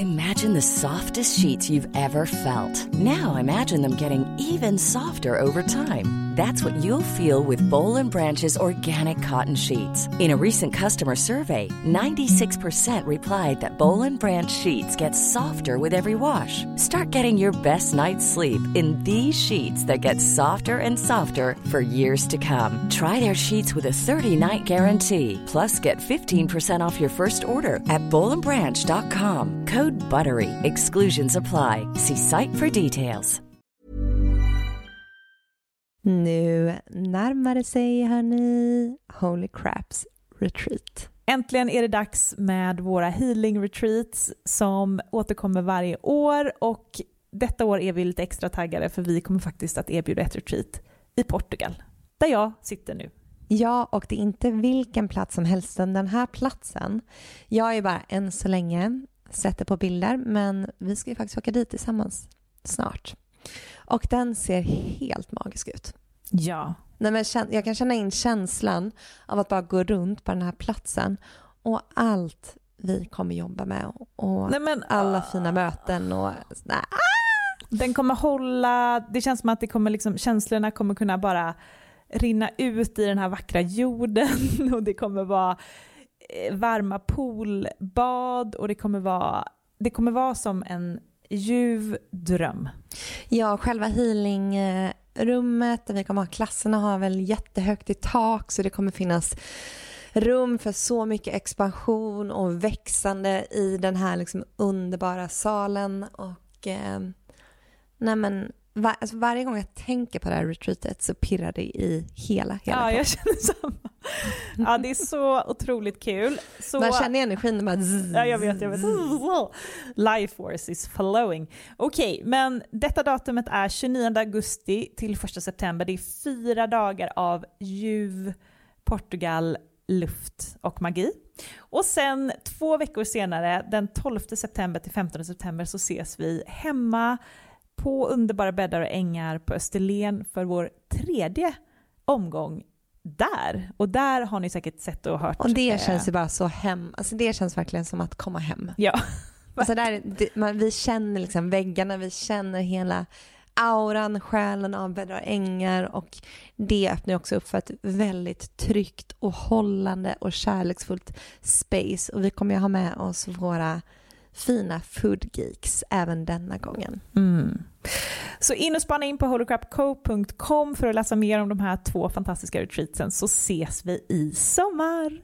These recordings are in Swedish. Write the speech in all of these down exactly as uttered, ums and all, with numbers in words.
Imagine the softest sheets you've ever felt. Now imagine them getting even softer over time. That's what you'll feel with Boll and Branch's organic cotton sheets. In a recent customer survey, ninety-six percent replied that Boll and Branch sheets get softer with every wash. Start getting your best night's sleep in these sheets that get softer and softer for years to come. Try their sheets with a thirty-night guarantee. Plus, get fifteen percent off your first order at boll and branch dot com. Code BUTTERY. Exclusions apply. See site for details. Nu närmar det sig, hörni, Holy Craps Retreat. Äntligen är det dags med våra healing retreats som återkommer varje år, och detta år är vi lite extra taggade för vi kommer faktiskt att erbjuda ett retreat i Portugal, där jag sitter nu. Ja, och det är inte vilken plats som helst. Den här platsen, jag är bara än så länge sätter på bilder, men vi ska ju faktiskt åka dit tillsammans snart. Och den ser helt magisk ut. Ja. Nej, men jag kan känna in känslan av att bara gå runt på den här platsen och allt vi kommer jobba med och Nej, men, alla uh, fina möten och nej. Den kommer hålla, det känns som att det kommer liksom, känslorna kommer kunna bara rinna ut i den här vackra jorden, och det kommer vara varma poolbad, och det kommer vara det kommer vara som en ljuv dröm. Ja, själva healingrummet där vi kommer ha klasserna har väl jättehögt i tak, så det kommer finnas rum för så mycket expansion och växande i den här liksom underbara salen. Och eh, nej men var, alltså varje gång jag tänker på det här retreatet så pirrar det i hela hela Ja, jag känner samma. Ja, det är så otroligt kul. Så... Man känner energin bara zzz, ja, jag vet, jag vet. Life force is flowing. Okej, okay, men detta datumet är tjugonionde augusti till första september. Det är fyra dagar av ljuv, Portugal, luft och magi. Och sen två veckor senare, den tolfte september till femtonde september, så ses vi hemma på underbara bäddar och ängar på Österlen för vår tredje omgång där. Och där har ni säkert sett och hört. Och det känns ju bara så hem. Alltså det känns verkligen som att komma hem. Ja. Alltså där, det, man, vi känner liksom väggarna, vi känner hela auran, själen av bäddar och ängar, och det öppnar också upp för ett väldigt tryggt och hållande och kärleksfullt space. Och vi kommer ju ha med oss våra fina food geeks även denna gången. Mm. Så in och spana in på holy crap co punkt com för att läsa mer om de här två fantastiska retreatsen, så ses vi i sommar.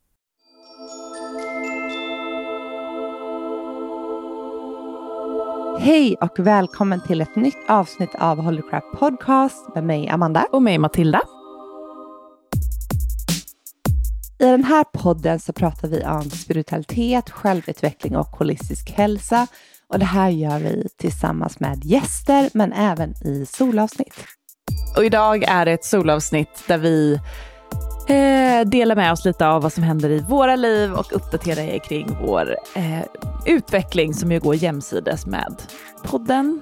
Hej och välkommen till ett nytt avsnitt av Holy Crap Podcast med mig Amanda. Och mig Matilda. I den här podden så pratar vi om spiritualitet, självutveckling och holistisk hälsa. Och det här gör vi tillsammans med gäster, men även i solavsnitt. Och idag är det ett solavsnitt där vi eh, delar med oss lite av vad som händer i våra liv och uppdaterar er kring vår eh, utveckling som ju går jämsides med podden.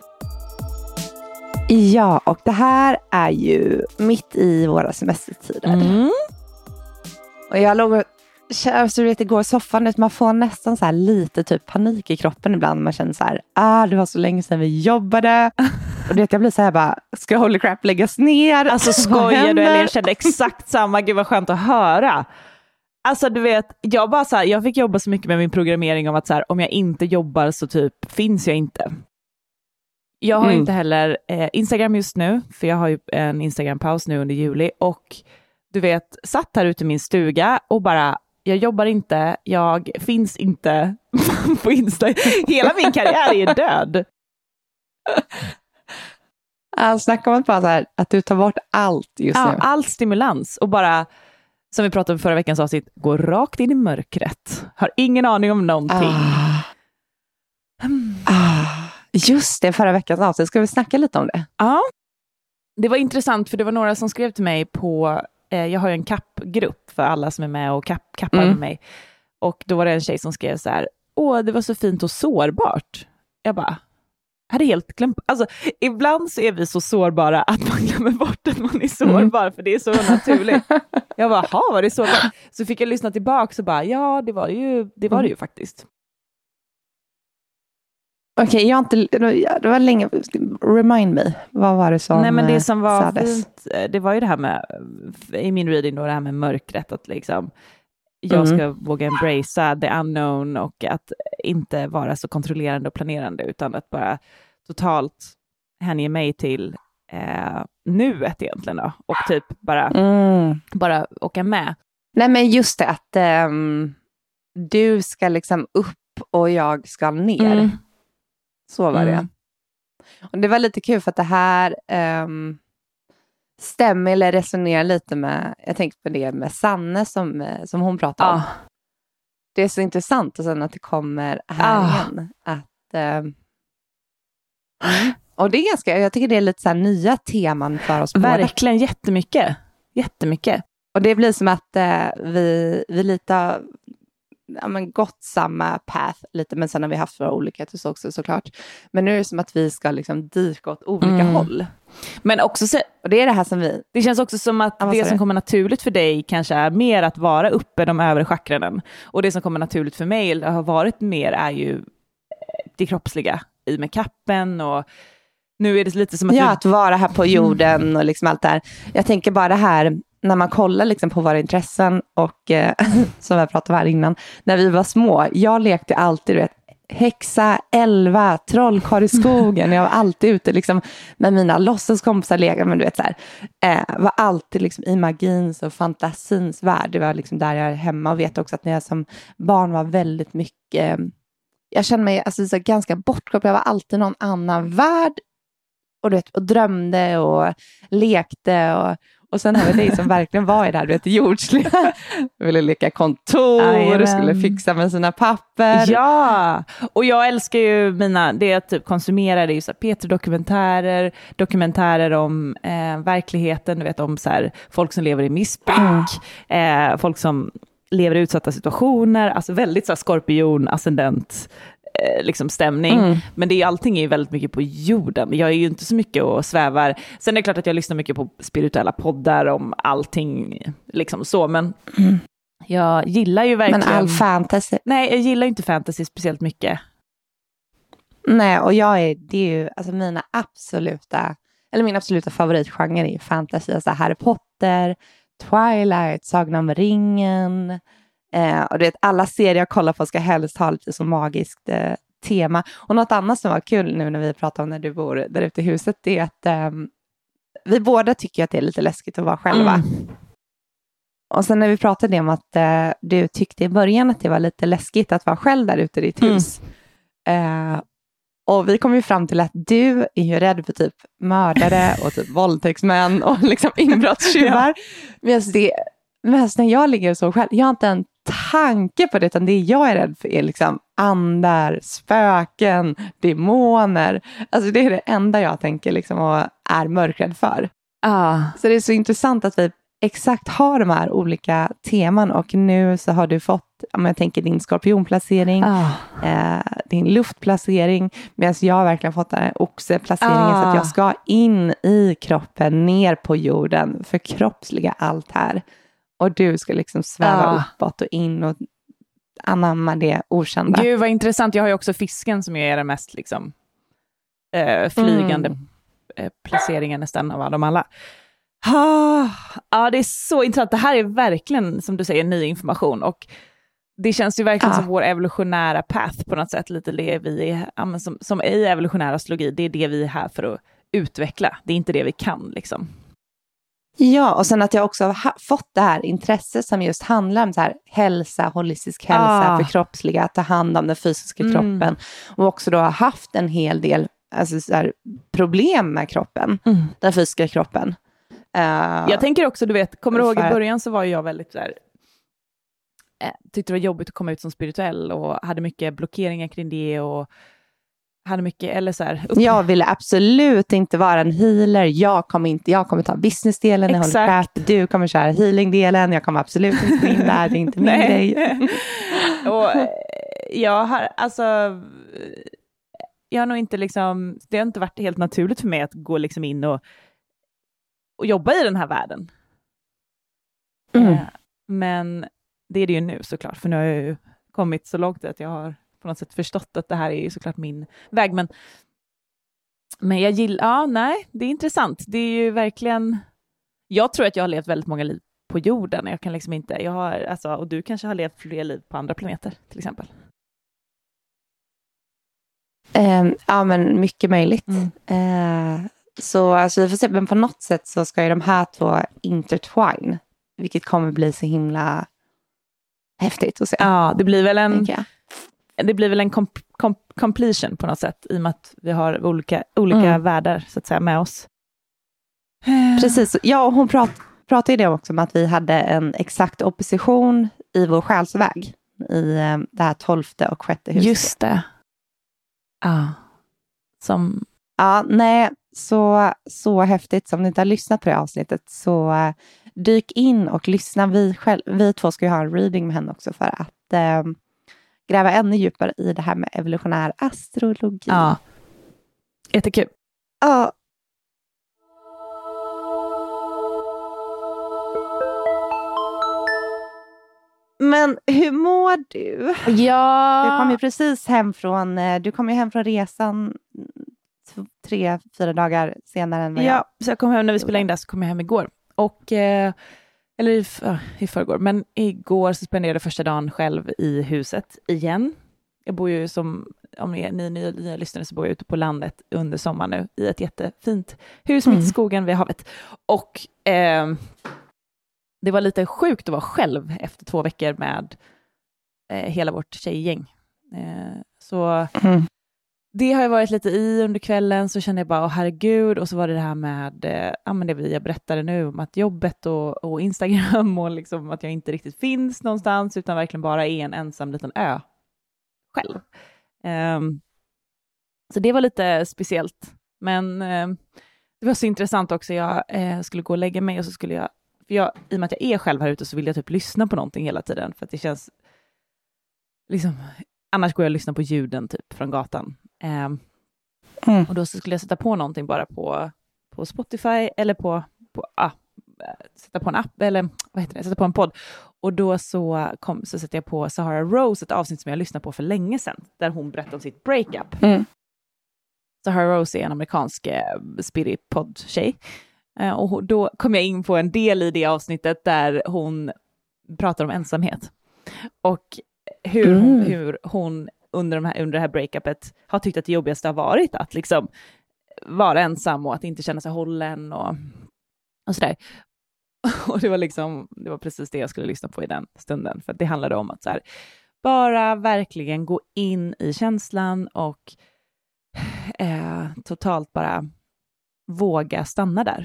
Ja, och det här är ju mitt i våra semestertider. Mm. Och jag låg och så vet, det går i soffan, man får nästan så här lite typ panik i kroppen ibland. Man känner så här, ah, det var så länge sedan vi jobbade. Och det, jag blir så här bara, ska Holy Crap läggas ner? Alltså skojar du? Eller jag kände exakt samma, gud vad skönt att höra. Alltså du vet, jag bara så här, jag fick jobba så mycket med min programmering om att så här, om jag inte jobbar så typ finns jag inte. Jag har mm. inte heller eh, Instagram just nu, för jag har ju en Instagram-paus nu under juli, och du vet, satt här ute i min stuga och bara, jag jobbar inte, jag finns inte på Insta. Hela min karriär är död. Alltså, snacka om att, bara så här, att du tar bort allt just ja, nu. All stimulans och bara, som vi pratade om förra veckans avsnitt, gå rakt in i mörkret. Har ingen aning om någonting. Ah. Mm. Ah. Just det, förra veckans avsnitt. Ska vi snacka lite om det? Ja. Det var intressant för det var några som skrev till mig på, eh, jag har ju en kappgrupp för alla som är med och kapp, kappar mm. med mig. Och då var det en tjej som skrev så här, åh det var så fint och sårbart. Jag bara, jag hade helt glömt. Alltså ibland så är vi så sårbara att man glömmer bort att man är sårbar mm. för det är så naturligt. Jag bara, ha var det sårbart? Så fick jag lyssna tillbaka och bara, ja det var ju, det var mm. det ju faktiskt. Okej, okay, jag har inte, det var länge, remind me, vad var det som Nej, men det som var sades? Fint, det var ju det här med, i min reading då, det här med mörkret, att liksom jag ska mm. våga embracea the unknown och att inte vara så kontrollerande och planerande, utan att bara totalt hänge mig till eh, nuet egentligen då, och typ bara, mm. bara åka med. Nej, men just det att um, du ska liksom upp och jag ska ner. Mm. Så var det. Mm. Och det var lite kul för att det här um, stämmer eller resonerar lite med, jag tänkte på det med Sanne som, som hon pratade om. Ah. Det är så intressant och sen att det kommer här ah. igen. Att, um, och det är ganska, jag tycker det är lite så här nya teman för oss båda. Verkligen jättemycket. Jättemycket. Och det blir som att uh, vi, vi lite ja, men gått samma path lite, men sen har vi haft våra olikheter också såklart. Men nu är det som att vi ska liksom dyka åt olika mm. håll. Men också så, och det är det här som vi... Det känns också som att det som kommer naturligt för dig kanske är mer att vara uppe de övre chakranen. Och det som kommer naturligt för mig eller har varit mer är ju det kroppsliga i med kappen och nu är det lite som att... Ja, du... att vara här på jorden och liksom allt det här. Jag tänker bara det här... När man kollar liksom på våra intressen och eh, som jag pratade om här innan, när vi var små, jag lekte alltid, du vet, häxa, elva, trollkarl i skogen. Jag var alltid ute liksom, med mina låtsaskompisar lekar, men du vet så här, eh, var alltid liksom i magins och fantasins värld. Det var liksom där jag är hemma och vet också att när jag som barn var väldigt mycket, eh, jag kände mig alltså, så ganska bortkopplad. Jag var alltid någon annan värld och, du vet, och drömde och lekte och Och sen har vi dig som verkligen var i det här, du vet, jordsliga. Du ville leka kontor, du skulle fixa med sina papper. Ja, och jag älskar ju mina, det jag typ konsumerar, det är ju så här Peter-dokumentärer, dokumentärer om eh, verkligheten, du vet, om så här, folk som lever i missbruk, eh, folk som lever i utsatta situationer, alltså väldigt så här skorpion, ascendent, liksom stämning, mm. men det är allting är väldigt mycket på jorden. Jag är ju inte så mycket och svävar. Sen är det klart att jag lyssnar mycket på spirituella poddar om allting liksom så, men mm. jag gillar ju verkligen... Men all fantasy? Nej, jag gillar inte fantasy speciellt mycket. Nej, och jag är, det är ju alltså mina absoluta, eller min absoluta favoritgenre är ju fantasy, alltså Harry Potter, Twilight, Sagan om ringen. Eh, och det är alla serier jag kollar på ska helst ha lite så magiskt eh, tema. Och något annat som var kul nu när vi pratar om när du bor där ute i huset, det är att eh, vi båda tycker att det är lite läskigt att vara själva. Mm. Och sen när vi pratade om att eh, du tyckte i början att det var lite läskigt att vara själv där ute i ditt hus. Mm. Eh, och vi kom ju fram till att du är ju rädd för typ mördare och typ våldtäktsmän och liksom inbrottstjuvar. Ja. Men det, men när jag ligger så själv, jag har inte en tanke på det, utan det jag är rädd för är liksom andar, spöken, demoner. Alltså det är det enda jag tänker liksom och är mörkrädd för. Ah. Så det är så intressant att vi exakt har de här olika teman, och nu så har du fått, om jag tänker din skorpionplacering, ah. eh, din luftplacering, medan jag har verkligen fått den här oxeplaceringen, ah. så att jag ska in i kroppen, ner på jorden, förkroppsliga allt här. Och du ska liksom sväva ah. uppåt och in och anamma det okända. Gud vad intressant, jag har ju också fisken som är den mest liksom eh, flygande mm. eh, placeringen nästan av dem alla. Ja, ah, det är så intressant. Det här är verkligen, som du säger, ny information. Och det känns ju verkligen ah. som vår evolutionära path på något sätt. Lite det vi, ja, som, som i evolutionär astrologi, det är det vi är här för att utveckla. Det är inte det vi kan liksom. Ja, och sen att jag också har fått det här intresse som just handlar om så här hälsa, holistisk hälsa, ah. förkroppsliga, att ta hand om den fysiska mm. kroppen. Och också då har haft en hel del alltså så här, problem med kroppen, mm. den fysiska kroppen. Uh, jag tänker också, du vet, kommer du ihåg i början så var jag väldigt där, äh, tyckte det var jobbigt att komma ut som spirituell och hade mycket blockeringar kring det och hade mycket, eller så här, upp... Jag ville absolut inte vara en healer. Jag kommer inte, jag kommer ta businessdelen, jag håller crap. Du kommer köra healingdelen. Jag kommer absolut inte gå in där, det är inte min grej. Och jag har, alltså jag har nog inte liksom, det har inte varit helt naturligt för mig att gå liksom in och och jobba i den här världen. Mm. Eh, men det är det ju nu såklart, för nu har jag ju kommit så långt att jag har på något sätt förstått att det här är ju såklart min väg. Men, men jag gillar, ja nej, det är intressant. Det är ju verkligen, jag tror att jag har levt väldigt många liv på jorden. Jag kan liksom inte, jag har, alltså, och du kanske har levt fler liv på andra planeter till exempel. Um, ja, men mycket möjligt. Mm. Uh, så alltså, vi får se, men på något sätt så ska ju de här två intertwine, vilket kommer bli så himla häftigt att se. Ja, det blir väl en det blir väl en comp- comp- completion på något sätt, i och med att vi har olika, olika mm. världar så att säga med oss. Precis, ja, hon prat, pratade ju det också om att vi hade en exakt opposition i vår själsväg i um, det här tolfte och sjätte huset. Just det. Ja. Som... Ja, nej, så, så häftigt. Som ni inte har lyssnat på det avsnittet, så uh, dyk in och lyssna. Vi, själv, vi två ska ju ha en reading med henne också för att uh, gräva ännu djupare i det här med evolutionär astrologi. Ja, jättekul. Ja. Men hur mår du? Ja. Du kom ju precis hem från, du kom ju hem från resan tre, fyra dagar senare än vad jag. Ja, så jag kom hem när vi spelade in där, så kom jag hem igår. Och, eh, eller i, uh, i förrgår. Men igår så spenderade jag första dagen själv i huset igen. Jag bor ju som, om ni är nya, nya, nya lyssnare, så bor jag ute på landet under sommaren nu. I ett jättefint hus mitt i skogen vid havet. Och eh, det var lite sjukt att vara själv efter två veckor med eh, hela vårt tjejgäng. Eh, så mm. det har jag varit lite i under kvällen. Så kände jag bara, åh herregud. Och så var det det här med eh, ja, men det jag berättade nu om att jobbet och, och Instagram och liksom att jag inte riktigt finns någonstans, utan verkligen bara är en ensam liten ö själv. Um, så det var lite speciellt. Men um, det var så intressant också. Jag uh, skulle gå och lägga mig och så skulle jag, för jag, i och med att jag är själv här ute, så vill jag typ lyssna på någonting hela tiden, för att det känns liksom, annars går jag och lyssnar på ljuden typ från gatan. Um, mm. Och då så skulle jag sätta på någonting bara på, på Spotify eller på, på ah, sätta på en app, eller vad heter det, sätta på en podd. Och då så, kom, så sätter jag på Sahara Rose, ett avsnitt som jag lyssnade på för länge sedan, där hon berättade om sitt breakup. Mm. Sahara Rose är en amerikansk eh, spirit podd-tjej. Eh, och då kom jag in på en del i det avsnittet där hon pratar om ensamhet. Och hur, mm. hon, hur hon under, de här, under det här breakupet har tyckt att det jobbigaste har varit att liksom vara ensam och att inte känna sig hållen och, och sådär. Och det var liksom, det var precis det jag skulle lyssna på i den stunden. För det handlade om att så här, bara verkligen gå in i känslan och eh, totalt bara våga stanna där.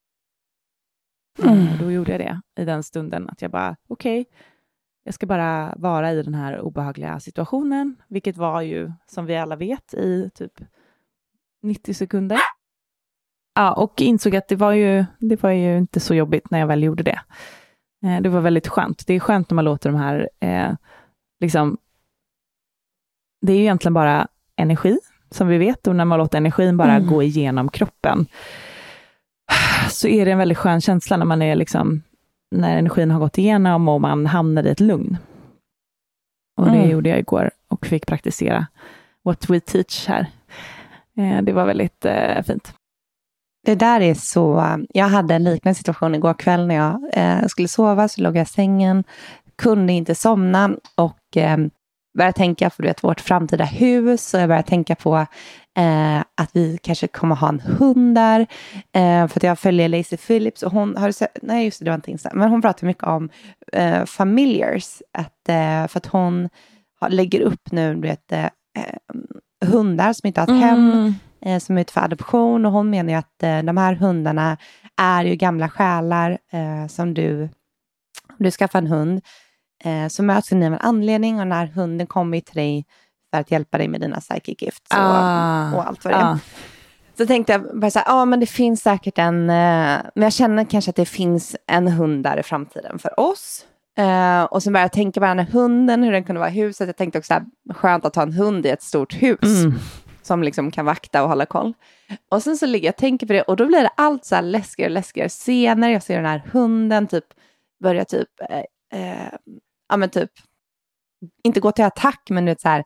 Mm. Och då gjorde jag det i den stunden, att jag bara, okej, okay, jag ska bara vara i den här obehagliga situationen, vilket var ju, som vi alla vet, i typ nittio sekunder. Ja, och insåg att det var ju, det var ju inte så jobbigt när jag väl gjorde det. Eh, det var väldigt skönt. Det är skönt när man låter de här, eh, liksom, det är ju egentligen bara energi, som vi vet. Och när man låter energin bara mm. gå igenom kroppen, så är det en väldigt skön känsla när man är liksom, när energin har gått igenom och man hamnar i ett lugn. Och det mm. gjorde jag igår och fick praktisera what we teach här. Eh, det var väldigt eh, fint. Det där är så, jag hade en liknande situation igår kväll när jag eh, skulle sova, så låg jag i sängen, kunde inte somna och eh, började tänka på, du vet, vårt framtida hus, och jag började tänka på eh, att vi kanske kommer ha en hund där, eh, för att jag följer Lacey Phillips och hon har sett, nej just det, det var inte Insta, men hon pratar mycket om eh, familiars, att, eh, för att hon har, lägger upp nu, du vet, eh, hundar som inte har ett mm. hem, som är ute för adoption, och hon menar ju att eh, de här hundarna är ju gamla själar eh, som du, om du skaffar en hund, eh, så möts ni av en anledning, och när hunden kommer till dig för att hjälpa dig med dina psychic gifts och, ah, och allt vad det är. Ah. Så tänkte jag bara så här, ja ah, men det finns säkert en, eh, men jag känner kanske att det finns en hund där i framtiden för oss. Uh, och så började jag tänka på den här hunden, hur den kunde vara i huset. Jag tänkte också så här, skönt att ha en hund i ett stort hus. Mm. Som liksom kan vakta och hålla koll. Och sen så ligger jag och tänker på det. Och då blir det allt så här läskigare och läskigare scener. Jag ser den här hunden typ börja typ, eh, eh, ja men typ, inte gå till attack, men du vet så här,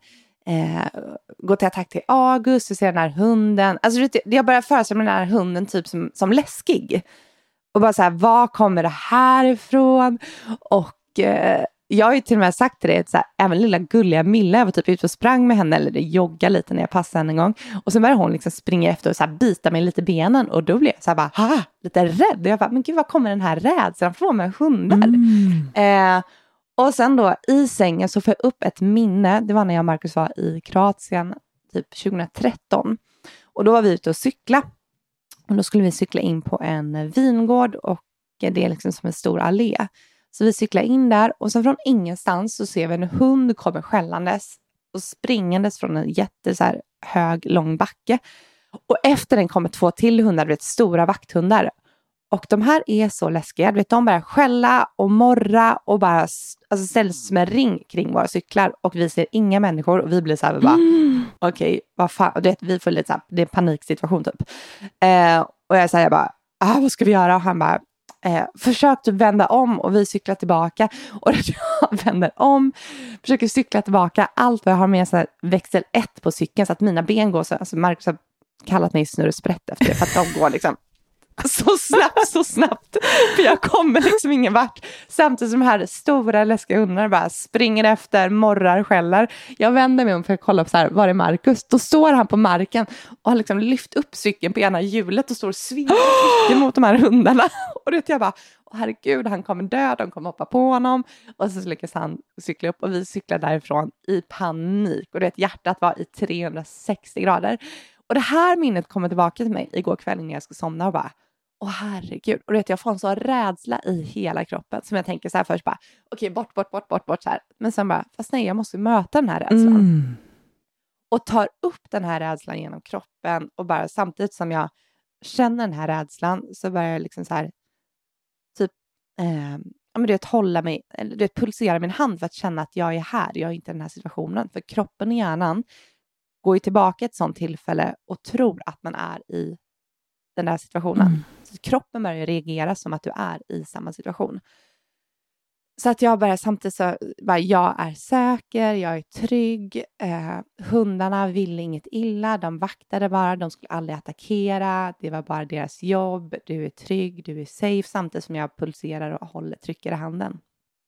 eh, gå till attack till August och se den här hunden. Alltså jag börjar föreställa mig den här hunden typ som, som läskig. Och bara så här, var kommer det här ifrån? Och eh, jag har ju till och med sagt till det, att så här, även lilla gulliga Milla, jag var typ ute och sprang med henne eller jogga lite när jag passade henne en gång. Och så började hon liksom springa efter och så här bita mig lite i benen. Och då blev jag så här bara, ha, lite rädd. Och jag bara, men gud, vad kommer den här rädslan från med hundar? Mm. Eh, och sen då i sängen så får jag upp ett minne. Det var när jag och Marcus var i Kroatien typ tjugohundratretton. Och då var vi ute och cykla. Och då skulle vi cykla in på en vingård och det är liksom som en stor allé. Så vi cyklar in där och sen från ingenstans så ser vi en hund kommer skällandes och springandes från en jätte så här hög lång backe. Och efter den kommer två till hundar, vet, stora vakthundar. Och de här är så läskiga, vet, de bara skälla och morra och bara alltså, ställs som en ring kring våra cyklar. Och vi ser inga människor och vi blir så här, bara, mm. okej, okay, vad fan, och det, vi får lite så här, det är paniksituation typ. Eh, och jag säger jag bara, ah, vad ska vi göra? Och han bara, Eh, försök typ vända om och vi cyklar tillbaka och jag vänder om, försöker cykla tillbaka, allt vad jag har med så här växel ett på cykeln så att mina ben går så, alltså Marcus har kallat mig snurresprätt efter det för att de går liksom så snabbt, så snabbt för jag kommer liksom ingen vart samtidigt som de här stora läskiga hundarna bara springer efter, morrar, skäller. Jag vänder mig om för att kolla på så här, var är Marcus? Då står han på marken och har liksom lyft upp cykeln på ena hjulet och står och svingar cykeln mot de här hundarna. Och det jag bara, åh herregud, han kommer dö, de kommer hoppa på honom. Och så lyckas han cykla upp och vi cyklar därifrån i panik. Och det hjärtat var i trehundrasextio grader. Och det här minnet kommer tillbaka till mig igår kväll när jag ska somna och bara, åh herregud. Och vet, jag får en sån rädsla i hela kroppen som jag tänker så här först bara, okej, bort, bort, bort, bort, bort så här. Men sen bara, fast nej, jag måste möta den här rädslan. Mm. Och tar upp den här rädslan genom kroppen och bara samtidigt som jag känner den här rädslan så börjar jag liksom så här typ, eh, ja men du vet, hålla mig, eller du vet, pulsera min hand för att känna att jag är här, jag är inte i den här situationen. För kroppen och hjärnan går ju tillbaka ett sånt tillfälle och tror att man är i den här situationen. Mm. Så kroppen börjar reagera som att du är i samma situation. Så att jag börjar samtidigt så bara, jag är säker, jag är trygg. Eh, hundarna ville inget illa, de vaktade bara, de skulle aldrig attackera. Det var bara deras jobb, du är trygg, du är safe samtidigt som jag pulserar och håller, trycker i handen.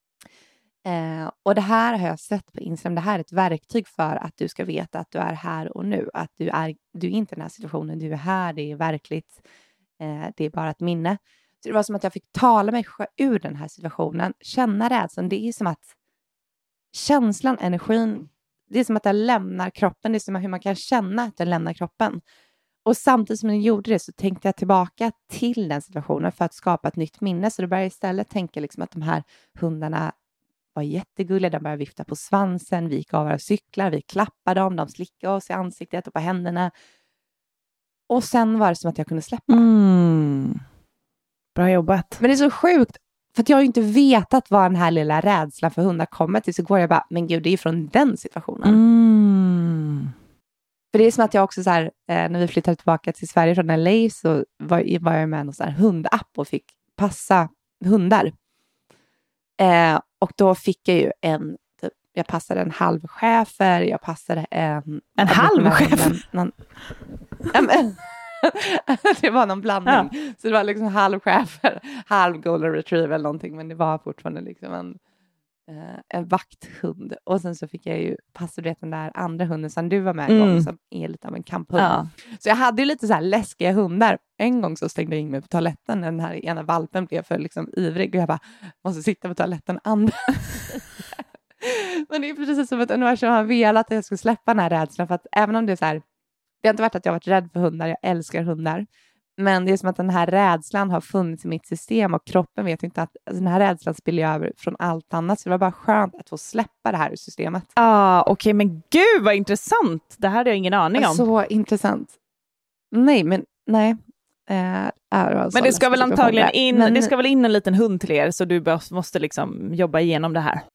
Eh, och det här har jag sett på Instagram. Det här är ett verktyg för att du ska veta att du är här och nu. Att du är, du är inte i den här situationen. Du är här, det är verkligt. Eh, det är bara ett minne. Så det var som att jag fick tala mig ur den här situationen. Känna rädslan. Det är som att känslan, energin. Det är som att jag lämnar kroppen. Det är som hur man kan känna att jag lämnar kroppen. Och samtidigt som jag gjorde det så tänkte jag tillbaka till den situationen. För att skapa ett nytt minne. Så då började jag istället tänka liksom att de här hundarna var jättegulliga, de började vifta på svansen, vi gick av våra cyklar, vi klappade dem, de slickade oss i ansiktet och på händerna. Och sen var det som att jag kunde släppa. Mm. Bra jobbat. Men det är så sjukt, för att jag har ju inte vetat vad den här lilla rädslan för hundar kommer till. Så går jag bara, men gud, det är från den situationen. Mm. För det är som att jag också så här, eh, när vi flyttade tillbaka till Sverige från L A så var, var jag med en sån här hundapp och fick passa hundar. Eh, och då fick jag ju en, typ, jag passade en halv schäfer, jag passade en... En halv schäfer? Någon, någon, det var någon blandning. Ja. Så det var liksom halv schäfer, halv golden retriever eller någonting, men det var fortfarande liksom en, eh, en vakthund. Och sen så fick jag ju passa den där andra hunden som du var med en mm. gång, som är lite av en kamphund. Ja. Så jag hade ju lite så här läskiga hundar. En gång så stängde jag in mig på toaletten när den här ena valpen blev för liksom ivrig och jag bara, måste sitta på toaletten andra. Men det är precis som att universum har velat att jag ska släppa den här rädslan, för att även om det är så här, det har inte varit att jag har varit rädd för hundar, jag älskar hundar, men det är som att den här rädslan har funnits i mitt system och kroppen vet inte att alltså, den här rädslan spiller över från allt annat, så det var bara skönt att få släppa det här i systemet. Ah, okej, okay, men gud vad intressant, det här hade jag ingen aning om. Så intressant. Nej, men nej. Äh, alltså men det ska väl antagligen in, men, det ska väl in en liten hund till er, så du måste liksom jobba igenom det här.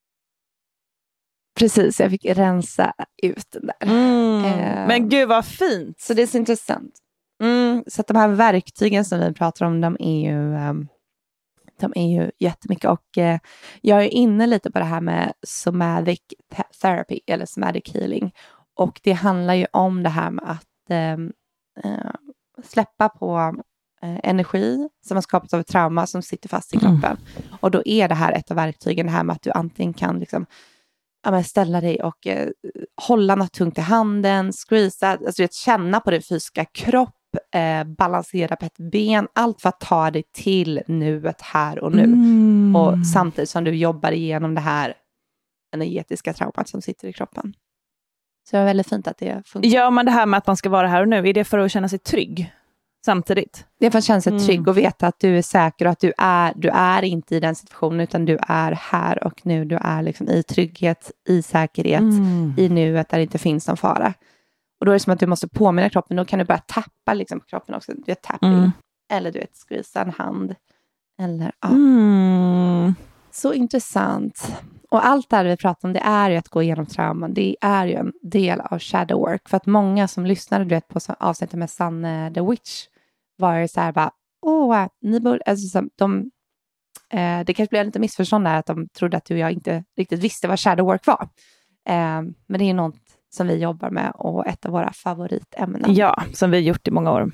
Precis, jag fick rensa ut den där. Mm. Eh, men gud vad fint. Så det är så intressant. Mm, så att de här verktygen som vi pratar om, de är ju, um, de är ju jättemycket. Och uh, jag är inne lite på det här med somatic therapy eller somatic healing. Och det handlar ju om det här med att eh, släppa på eh, energi som har skapats av ett trauma som sitter fast i kroppen. Mm. Och då är det här ett av verktygen, det här med att du antingen kan liksom, ja, men ställa dig och eh, hålla något tungt i handen, squeeza, alltså att känna på din fysiska kropp, eh, balansera på ett ben, allt för att ta dig till nuet här och nu. Mm. Och samtidigt som du jobbar igenom det här energetiska traumat som sitter i kroppen. Så det är väldigt fint att det funkar. Gör man det här med att man ska vara här och nu, är det för att känna sig trygg samtidigt? Det är för att känna sig mm. trygg och veta att du är säker och att du är, du är inte i den situationen utan du är här och nu. Du är liksom i trygghet, i säkerhet, mm. i nuet där det inte finns någon fara. Och då är det som att du måste påminna kroppen. Då kan du börja tappa liksom på kroppen också. Du vet, tapping. Mm. Eller du vet, squeeza en hand. Eller, ja. Mm. Så intressant. Och allt det här vi pratar om, det är ju att gå igenom trauman. Det är ju en del av shadow work. För att många som lyssnade, du vet, på avsnittet med Sanne The Witch var ju så här bara, åh, ni borde, alltså, de, eh, det kanske blev lite missförstånd där att de trodde att du och jag inte riktigt visste vad shadow work var. Eh, men det är något som vi jobbar med och ett av våra favoritämnen. Ja, som vi har gjort i många år.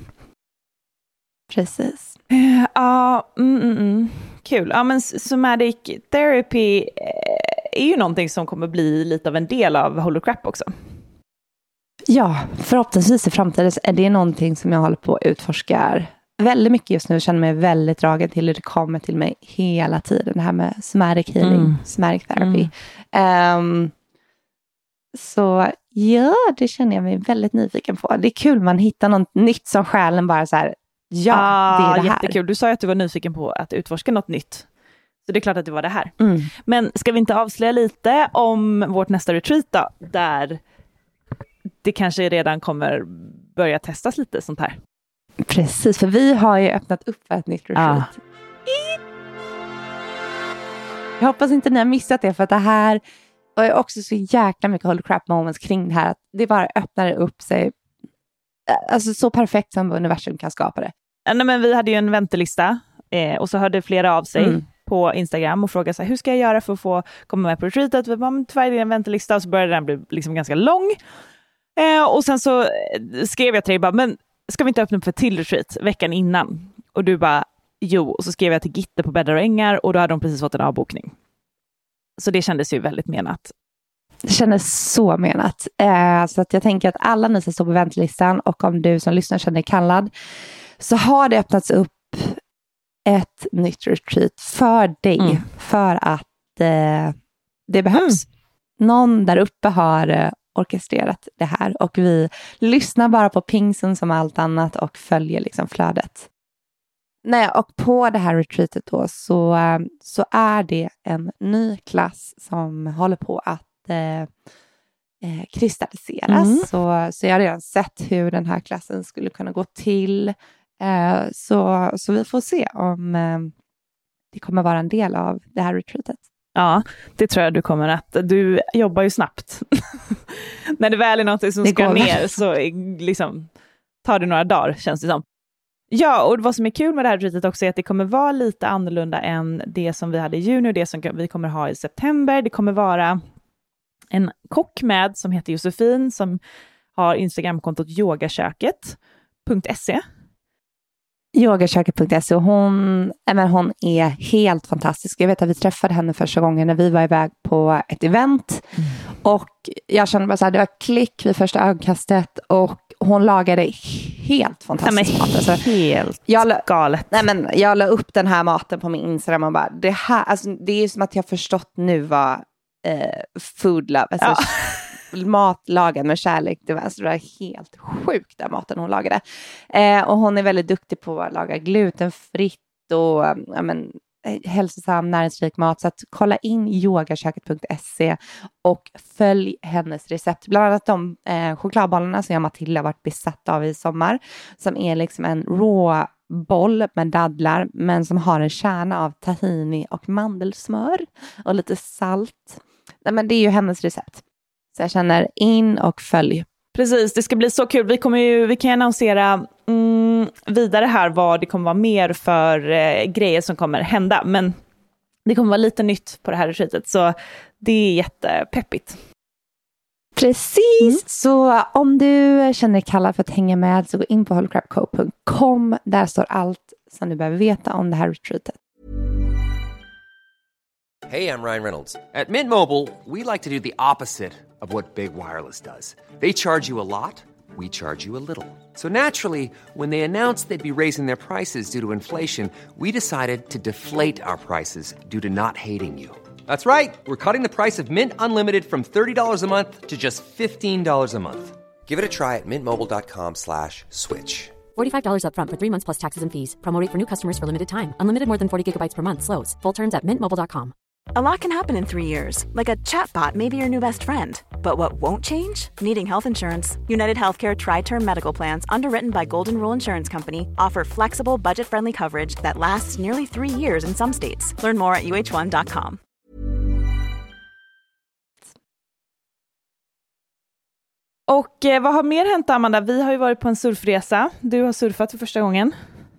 Precis. Ja, uh, mm, mm, mm. Kul. Ja, men somatic therapy är ju någonting som kommer bli lite av en del av Holocrap också. Ja, förhoppningsvis i framtiden är det någonting som jag håller på att utforska väldigt mycket just nu. Jag känner mig väldigt dragen till det. Det kommer till mig hela tiden. Det här med somatic healing, mm. somatic therapy. Mm. Um, så ja, det känner jag mig väldigt nyfiken på. Det är kul man hittar något nytt som själen bara så här, ja, ah, det är det här. Jättekul. Du sa ju att du var nyfiken på att utforska något nytt. Så det är klart att det var det här. Mm. Men ska vi inte avslöja lite om vårt nästa retreat då? Där det kanske redan kommer börja testas lite sånt här. Precis, för vi har ju öppnat upp för ett nytt retreat. Ah. Jag hoppas inte ni har missat det, för att det här och är också så jäkla mycket Holocrap moments kring det här. Att det bara öppnar upp sig. Alltså så perfekt som universum kan skapa det. Ja, nej, men vi hade ju en väntelista eh, och så hörde flera av sig mm. på Instagram och frågade så här, hur ska jag göra för att få komma med på retreatet? Vi bara, tyvärr är det en väntelista, och så började den bli liksom ganska lång. Eh, och sen så skrev jag till dig bara, men ska vi inte öppna upp för till retreat veckan innan? Och du bara, jo. Och så skrev jag till Gitte på Bäddar och Ängar och då hade de precis fått en avbokning. Så det kändes ju väldigt menat. Det kändes så menat. Eh, så att jag tänker att alla ni som står på väntelistan och om du som lyssnar känner dig kallad, så har det öppnats upp ett nytt retreat för dig. Mm. För att eh, det behövs. Mm. Någon där uppe har eh, orkestrerat det här och vi lyssnar bara på pingsen som allt annat och följer liksom flödet. Nej, och på det här retreatet då så, så är det en ny klass som håller på att eh, kristalliseras. Mm. Så, så jag har redan sett hur den här klassen skulle kunna gå till. Eh, så, så vi får se om eh, det kommer vara en del av det här retreatet. Ja, det tror jag du kommer att. Du jobbar ju snabbt. När det väl är något som det ska ner så liksom, tar det några dagar, känns det som. Ja, och vad som är kul med det här retreatet också är att det kommer vara lite annorlunda än det som vi hade i juni och det som vi kommer ha i september. Det kommer vara en kock med som heter Josefin som har Instagramkontot yogaköket punkt se. yogaköket punkt se och hon, äh, hon är helt fantastisk. Jag vet att vi träffade henne första gången när vi var iväg på ett event mm. och jag kände bara så här, det var klick vid första ögonkastet och hon lagade helt fantastiskt mat. Alltså, helt jag la, galet. Nej, men jag la upp den här maten på min Instagram och bara, det här, alltså, det är som att jag förstått nu vad eh, food love, alltså ja. mat lagad med kärlek, det var, alltså, det var helt sjukt den maten hon lagade. Eh, och hon är väldigt duktig på att laga glutenfritt och ja, men, hälsosam, näringsrik mat. Så att kolla in yogaköket punkt se och följ hennes recept. Bland annat de eh, chokladbollarna som jag och Matilda har varit besatt av i sommar. Som är liksom en råboll med dadlar men som har en kärna av tahini och mandelsmör och lite salt. Nej, men det är ju hennes recept. Så jag känner in och följ. Precis, det ska bli så kul. Vi kommer ju, vi kan annonsera mm, vidare här vad det kommer vara mer för eh, grejer som kommer hända. Men det kommer vara lite nytt på det här retreatet. Så det är jättepeppigt. Precis, mm. så om du känner dig kallad för att hänga med så gå in på holy crap co dot com. Där står allt som du behöver veta om det här retreatet. Hey, I'm Ryan Reynolds. At Mint Mobile, we like to do the opposite of what Big Wireless does. They charge you a lot, we charge you a little. So naturally, when they announced they'd be raising their prices due to inflation, we decided to deflate our prices due to not hating you. That's right. We're cutting the price of Mint Unlimited from thirty dollars a month to just fifteen dollars a month. Give it a try at mintmobile.com slash switch. forty-five dollars up front for three months plus taxes and fees. Promo rate for new customers for limited time. Unlimited more than forty gigabytes per month slows. Full terms at mint mobile dot com. A lot can happen in three years. Like a chatbot may be your new best friend. But what won't change? Needing health insurance. United Healthcare Tri-Term Medical Plans, underwritten by Golden Rule Insurance Company, offer flexible, budget-friendly coverage that lasts nearly three years in some states. Learn more at u h one dot com. Och eh, vad har mer hänt, Amanda? Vi har ju varit på en surfresa. Du har surfat för första gången.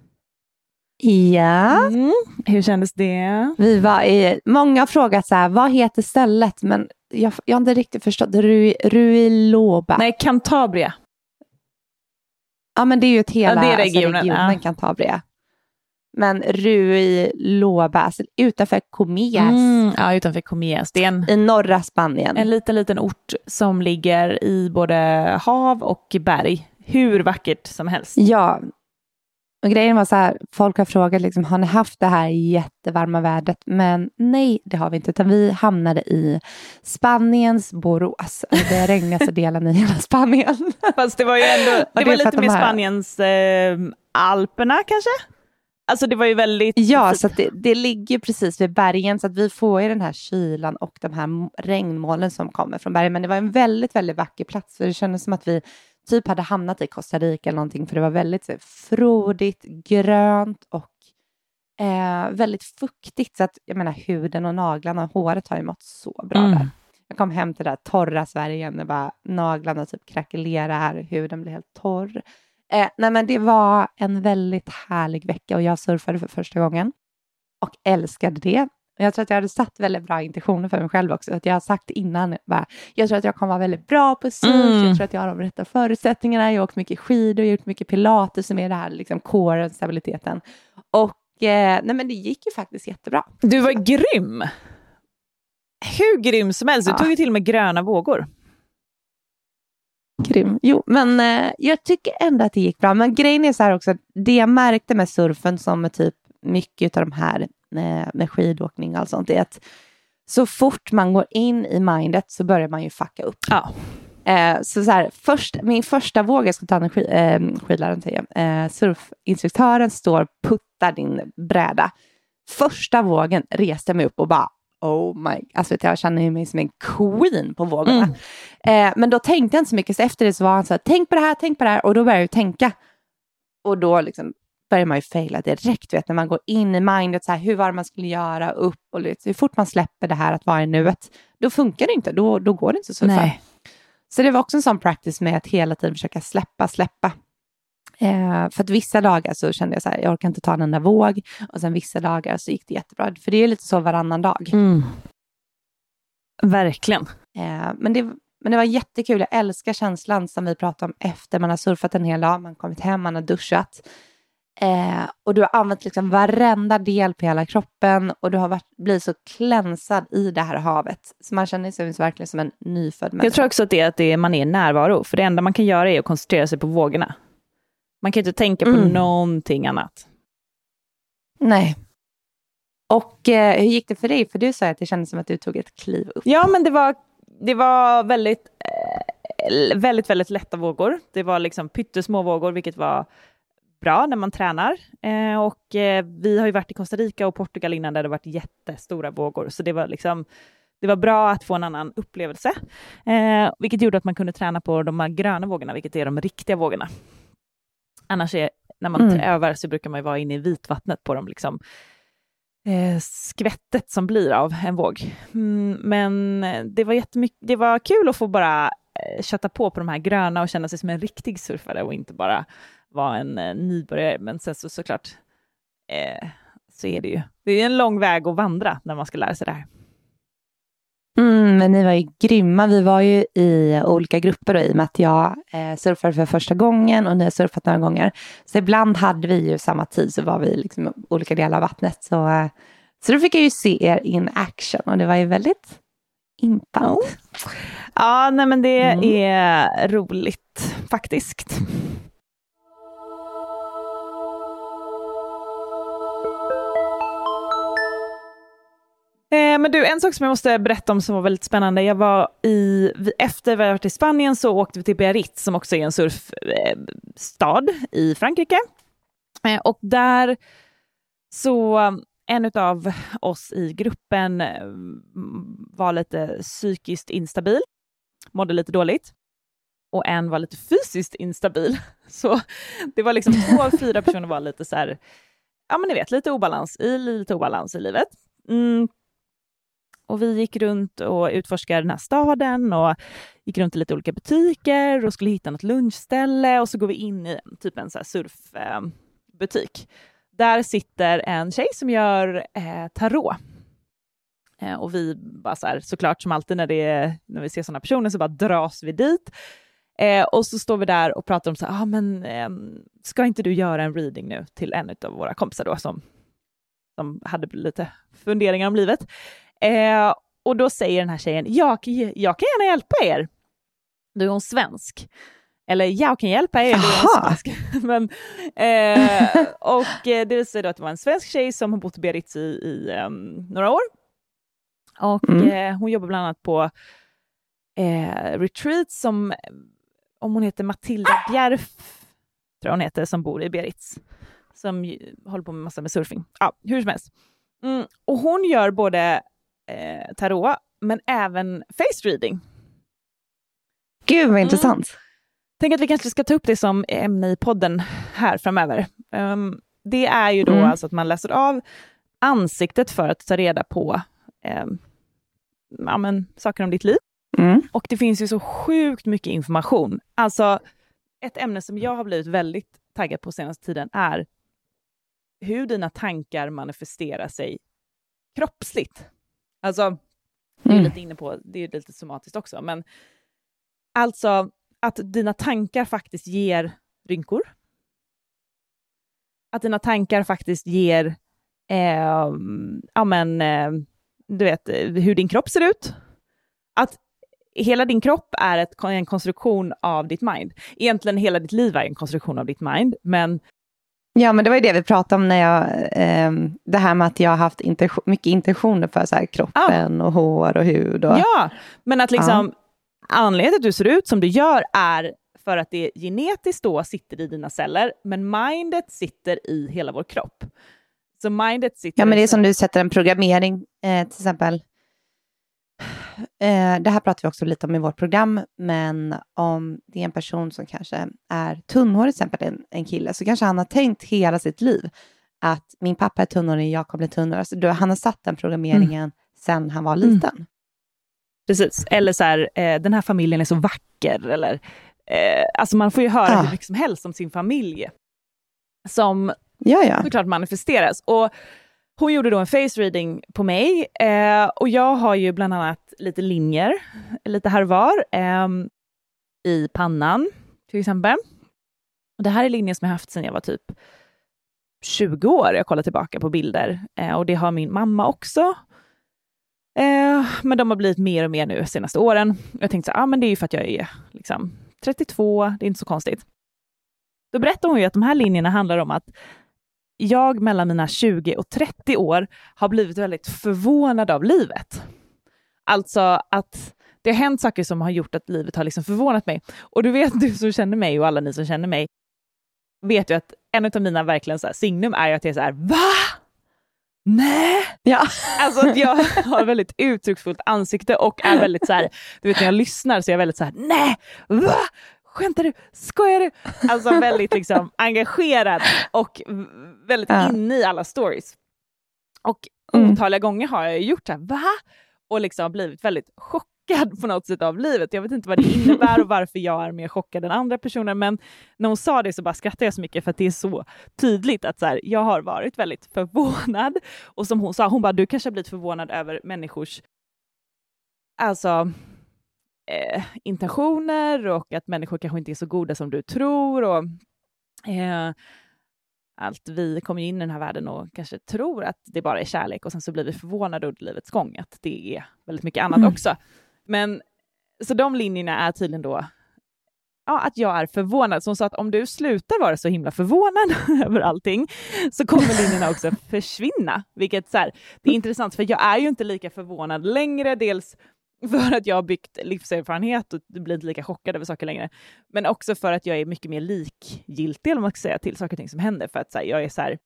Ja. Mm. Hur kändes det? Vi var i, många har frågat så här, vad heter stället? Men jag, jag har inte riktigt förstått. Ru, Ruiloba. Nej, Cantabria. Ja, men det är ju ett hela ja, det är regionen, alltså regionen ja. Cantabria. Men Ruiloba, alltså utanför Comillas. Mm, ja, utanför Comillas. Det är en, i norra Spanien. En liten, liten ort som ligger i både hav och berg. Hur vackert som helst. Ja, och grejen var så här, folk har frågat liksom, har ni haft det här jättevarma vädret? Men nej, det har vi inte. Utan vi hamnade i Spaniens Borås. Det regnigaste delen i hela Spanien. Fast det var ju ändå, det, det var lite mer här... Spaniens eh, Alperna kanske? Alltså det var ju väldigt... Ja, så att det, det ligger precis vid bergen. Så att vi får ju den här kylan och de här regnmolnen som kommer från bergen. Men det var en väldigt, väldigt vacker plats. För det kändes som att vi typ hade hamnat i Costa Rica eller någonting. För det var väldigt så, frodigt, grönt och eh, väldigt fuktigt. Så att jag menar huden och naglarna och håret har ju mått så bra mm. där. Jag kom hem till det där torra Sverige. När bara naglarna typ krackelerar. Huden blir helt torr. Eh, nej men det var en väldigt härlig vecka. Och jag surfade för första gången. Och älskade det. Jag tror att jag hade satt väldigt bra intentioner för mig själv också. Att jag har sagt innan, bara, jag tror att jag kommer vara väldigt bra på surf. Mm. Jag tror att jag har de rätta förutsättningarna. Jag har åkt mycket skidor, jag har gjort mycket pilates som är det här liksom core, stabiliteten. Och eh, nej men det gick ju faktiskt jättebra. Du var grym! Hur grym som helst. Du ja. tog ju till med gröna vågor. Grym. Jo, men eh, jag tycker ändå att det gick bra. Men grejen är så här också, det jag märkte med surfen som är typ mycket av de här med skidåkning och allt sånt är att så fort man går in i mindet så börjar man ju fucka upp. Ja. Eh, så så här, först, min första våg, jag ska ta en skid, eh, skidläraren till eh, surfinstruktören står puttar din bräda. Första vågen reste jag mig upp och bara oh my, alltså jag känner mig som en queen på vågorna. Mm. Eh, men då tänkte jag inte så mycket, så efter det så var han så här, tänk på det här, tänk på det här, och då började jag tänka. Och då liksom börjar man ju faila direkt, vet, när man går in i mindet så här, hur var man skulle göra upp och lite, hur fort man släpper det här att vara i nuet, då funkar det inte, då, då går det inte så Nej. Så det var också en sån practice med att hela tiden försöka släppa, släppa. Eh, för att vissa dagar så kände jag så här, jag orkar inte ta en enda våg, och sen vissa dagar så gick det jättebra, för det är lite så varannan dag. Mm. Verkligen. Eh, men det Men det var jättekul, jag älskar känslan som vi pratade om efter man har surfat en hel dag, man har kommit hem, man har duschat. Eh, och du har använt liksom varenda del på hela kroppen, och du har varit, blivit så klänsad i det här havet. Så man känner sig verkligen som en nyfödd människa. Jag tror också att det är att det är, man är närvaro, för det enda man kan göra är att koncentrera sig på vågorna. Man kan inte tänka på mm. någonting annat. Nej. Och eh, hur gick det för dig? För du sa att det kändes som att du tog ett kliv upp. Ja, men det var, det var väldigt, eh, väldigt, väldigt lätta vågor. Det var liksom pyttesmå vågor, vilket var bra när man tränar. Eh, och eh, vi har ju varit i Costa Rica och Portugal innan, där det varit jättestora vågor. Så det var liksom, det var bra att få en annan upplevelse. Eh, vilket gjorde att man kunde träna på de här gröna vågorna, vilket är de riktiga vågorna. Annars är, när man mm. övar så brukar man ju vara inne i vitvattnet på dem liksom. Eh, skvättet som blir av en våg. Mm, men det var jättemycket, det var kul att få bara eh, köta på på de här gröna och känna sig som en riktig surfare och inte bara vara en eh, nybörjare. Men sen så såklart eh, så är det ju, det är en lång väg att vandra när man ska lära sig det här. Mm, men ni var ju grymma. Vi var ju i olika grupper då, i och med att jag eh, surfade för första gången och ni har surfat några gånger. Så ibland hade vi ju samma tid, så var vi liksom i olika delar av vattnet. Så, eh, så då fick jag ju se er in action och det var ju väldigt impant. Oh. Ja, nej men det mm. är roligt faktiskt. Men du, en sak som jag måste berätta om som var väldigt spännande. Jag var i, efter vi varit i Spanien så åkte vi till Biarritz som också är en surfstad i Frankrike. Och där så en av oss i gruppen var lite psykiskt instabil, mådde lite dåligt. Och en var lite fysiskt instabil. Så det var liksom två av fyra personer var lite så här, ja men ni vet, lite obalans i, lite obalans i livet. Mm. Och vi gick runt och utforskade den här staden och gick runt i lite olika butiker och skulle hitta något lunchställe. Och så går vi in i typ en så här surfbutik. Där sitter en tjej som gör eh, tarot. Eh, och vi bara så här, såklart som alltid när, det är, när vi ser sådana personer så bara dras vi dit. Eh, och så står vi där och pratar om så här, ah, men eh, ska inte du göra en reading nu till en av våra kompisar då som, som hade lite funderingar om livet. Eh, och då säger den här tjejen, jag, jag kan gärna hjälpa er. Då är hon svensk. Eller jag kan hjälpa er, då är hon svensk. Men, eh, och det visade då att det var en svensk tjej som har bott i Biarritz i, i um, några år. Och mm. eh, hon jobbar bland annat på eh, retreat som, om hon heter Matilda Bjärf, tror hon heter, som bor i Biarritz. Som ju, håller på med massa med surfing. Ja, hur som helst. Mm, och hon gör både eh, tarot men även face reading. Gud vad intressant. Mm. Tänk att vi kanske ska ta upp det som ämne i podden här framöver. Um, det är ju då mm. alltså att man läser av ansiktet för att ta reda på um, ja, men, saker om ditt liv. Mm. Och det finns ju så sjukt mycket information. Alltså ett ämne som jag har blivit väldigt taggad på senaste tiden är hur dina tankar manifesterar sig kroppsligt. Alltså, det är mm. lite inne på, det är lite somatiskt också, men alltså att dina tankar faktiskt ger rynkor. Att dina tankar faktiskt ger eh, ja men, eh, du vet, hur din kropp ser ut. Att hela din kropp är ett, en konstruktion av ditt mind. Egentligen hela ditt liv är en konstruktion av ditt mind, men ja, men det var ju det vi pratade om när jag, eh, det här med att jag har haft intention, mycket intentioner för så här kroppen ah. och hår och hud. Och, ja, men att liksom ah. anledningen till att du ser ut som du gör är för att det genetiskt då sitter i dina celler, men mindet sitter i hela vår kropp. Så mindet sitter... Ja, men det är som du sätter en programmering, eh, till exempel. Eh, det här pratar vi också lite om i vårt program, men om det är en person som kanske är tunnhårig, till exempel en, en kille, så kanske han har tänkt hela sitt liv att min pappa är tunnhårig, jag kommer bli tunnhårig. Så då, han har satt den programmeringen mm. sen han var liten. Mm. Precis, eller så här, eh, den här familjen är så vacker, eller eh, alltså man får ju höra ah. hur mycket som helst om sin familj som ja, ja. såklart manifesteras. Och hon gjorde då en face reading på mig eh, och jag har ju bland annat lite linjer, lite här var eh, i pannan till exempel. Och det här är linjer som jag haft sedan jag var typ tjugo år. Jag kollar tillbaka på bilder eh, och det har min mamma också. Eh, men de har blivit mer och mer nu de senaste åren. Jag tänkte så ah, men det är ju för att jag är liksom trettiotvå, det är inte så konstigt. Då berättar hon ju att de här linjerna handlar om att jag mellan mina tjugo och trettio år har blivit väldigt förvånad av livet. Alltså att det har hänt saker som har gjort att livet har liksom förvånat mig. Och du vet, du som känner mig och alla ni som känner mig vet ju att en av mina verkligen så här signum är ju att jag är så här, va? Nej! Ja. Alltså att jag har väldigt uttrycksfullt ansikte och är väldigt så här, du vet när jag lyssnar så är jag väldigt så här, nej! Va? Skämtar du? Skojar du? Alltså väldigt liksom engagerad och väldigt ja. inne i alla stories. Och mm. otaliga gånger har jag gjort så här, va? Och liksom blivit väldigt chockad på något sätt av livet. Jag vet inte vad det innebär och varför jag är mer chockad än andra personer. Men när hon sa det så bara skrattade jag så mycket för att det är så tydligt att så här, jag har varit väldigt förvånad. Och som hon sa, hon bara, du kanske har blivit förvånad över människors alltså eh, intentioner och att människor kanske inte är så goda som du tror och eh, allt vi kommer in i den här världen och kanske tror att det bara är kärlek och sen så blir vi förvånade under livets gång att det är väldigt mycket annat mm. också. Men så de linjerna är tydligen då ja, att jag är förvånad. Så hon sa att om du slutar vara så himla förvånad över allting så kommer linjerna också försvinna. Vilket så här, det är intressant för jag är ju inte lika förvånad längre. Dels för att jag har byggt livserfarenhet och blir inte lika chockad över saker längre. Men också för att jag är mycket mer likgiltig om man ska säga, till saker och ting som händer. För att så här, jag är så här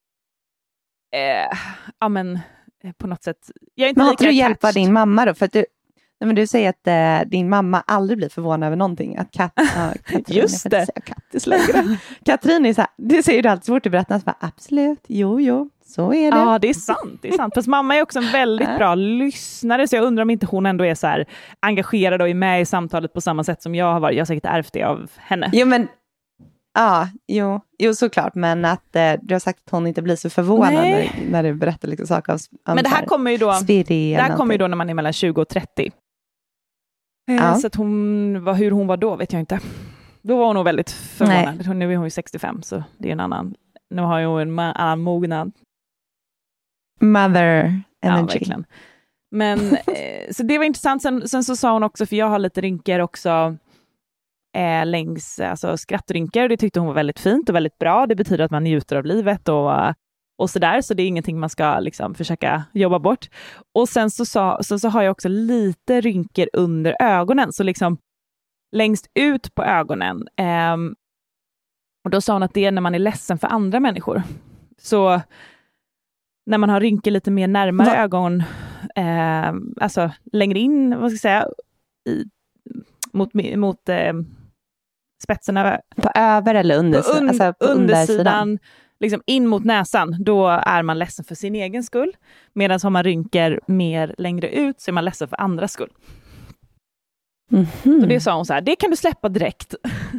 eh, ja men på något sätt jag är inte men lika du hjälpa attached. din mamma då? För att du, nej, men du säger att eh, din mamma aldrig blir förvånad över någonting. Att Kat, äh, Katrin, just det. Kattis längre. Katrin är så här, det säger du alltid svårt att berätta. Bara, absolut, jo, jo, så är det. Ja, det är sant. Det är sant. Fast mamma är också en väldigt bra lyssnare. Så jag undrar om inte hon ändå är så här engagerad och är med i samtalet på samma sätt som jag har varit. Jag har säkert ärvt det av henne. Jo, men ja, jo, jo såklart. Men att eh, du har sagt att hon inte blir så förvånad när, när du berättar liksom saker om, om men det här kommer ju då, det här kommer ju då när man är mellan tjugo och trettio. Ja. Så att hon, vad, hur hon var då vet jag inte. Då var hon nog väldigt förvånad. Nej. Nu är hon ju sextiofem så det är en annan. Nu har hon en ma- annan mognad. Mother energy. Ja, verkligen. Men eh, så det var intressant. Sen, sen så sa hon också, för jag har lite rynkor också eh, längs, alltså skrattrynkor. Och det tyckte hon var väldigt fint och väldigt bra. Det betyder att man njuter av livet och och sådär, så det är ingenting man ska liksom försöka jobba bort. Och sen så, sa, så, så har jag också lite rynkor under ögonen, så liksom längst ut på ögonen. Eh, och då sa hon att det är när man är ledsen för andra människor. Så när man har rynkor lite mer närmare Va? ögon, eh, alltså längre in, vad ska jag säga, i, mot, mot eh, spetsen. På över eller under, på un, alltså på undersidan. Liksom in mot näsan, då är man ledsen för sin egen skull. Medan om man rynkar mer längre ut så är man ledsen för andras skull. Mm-hmm. Så det sa hon så här, det kan du släppa direkt.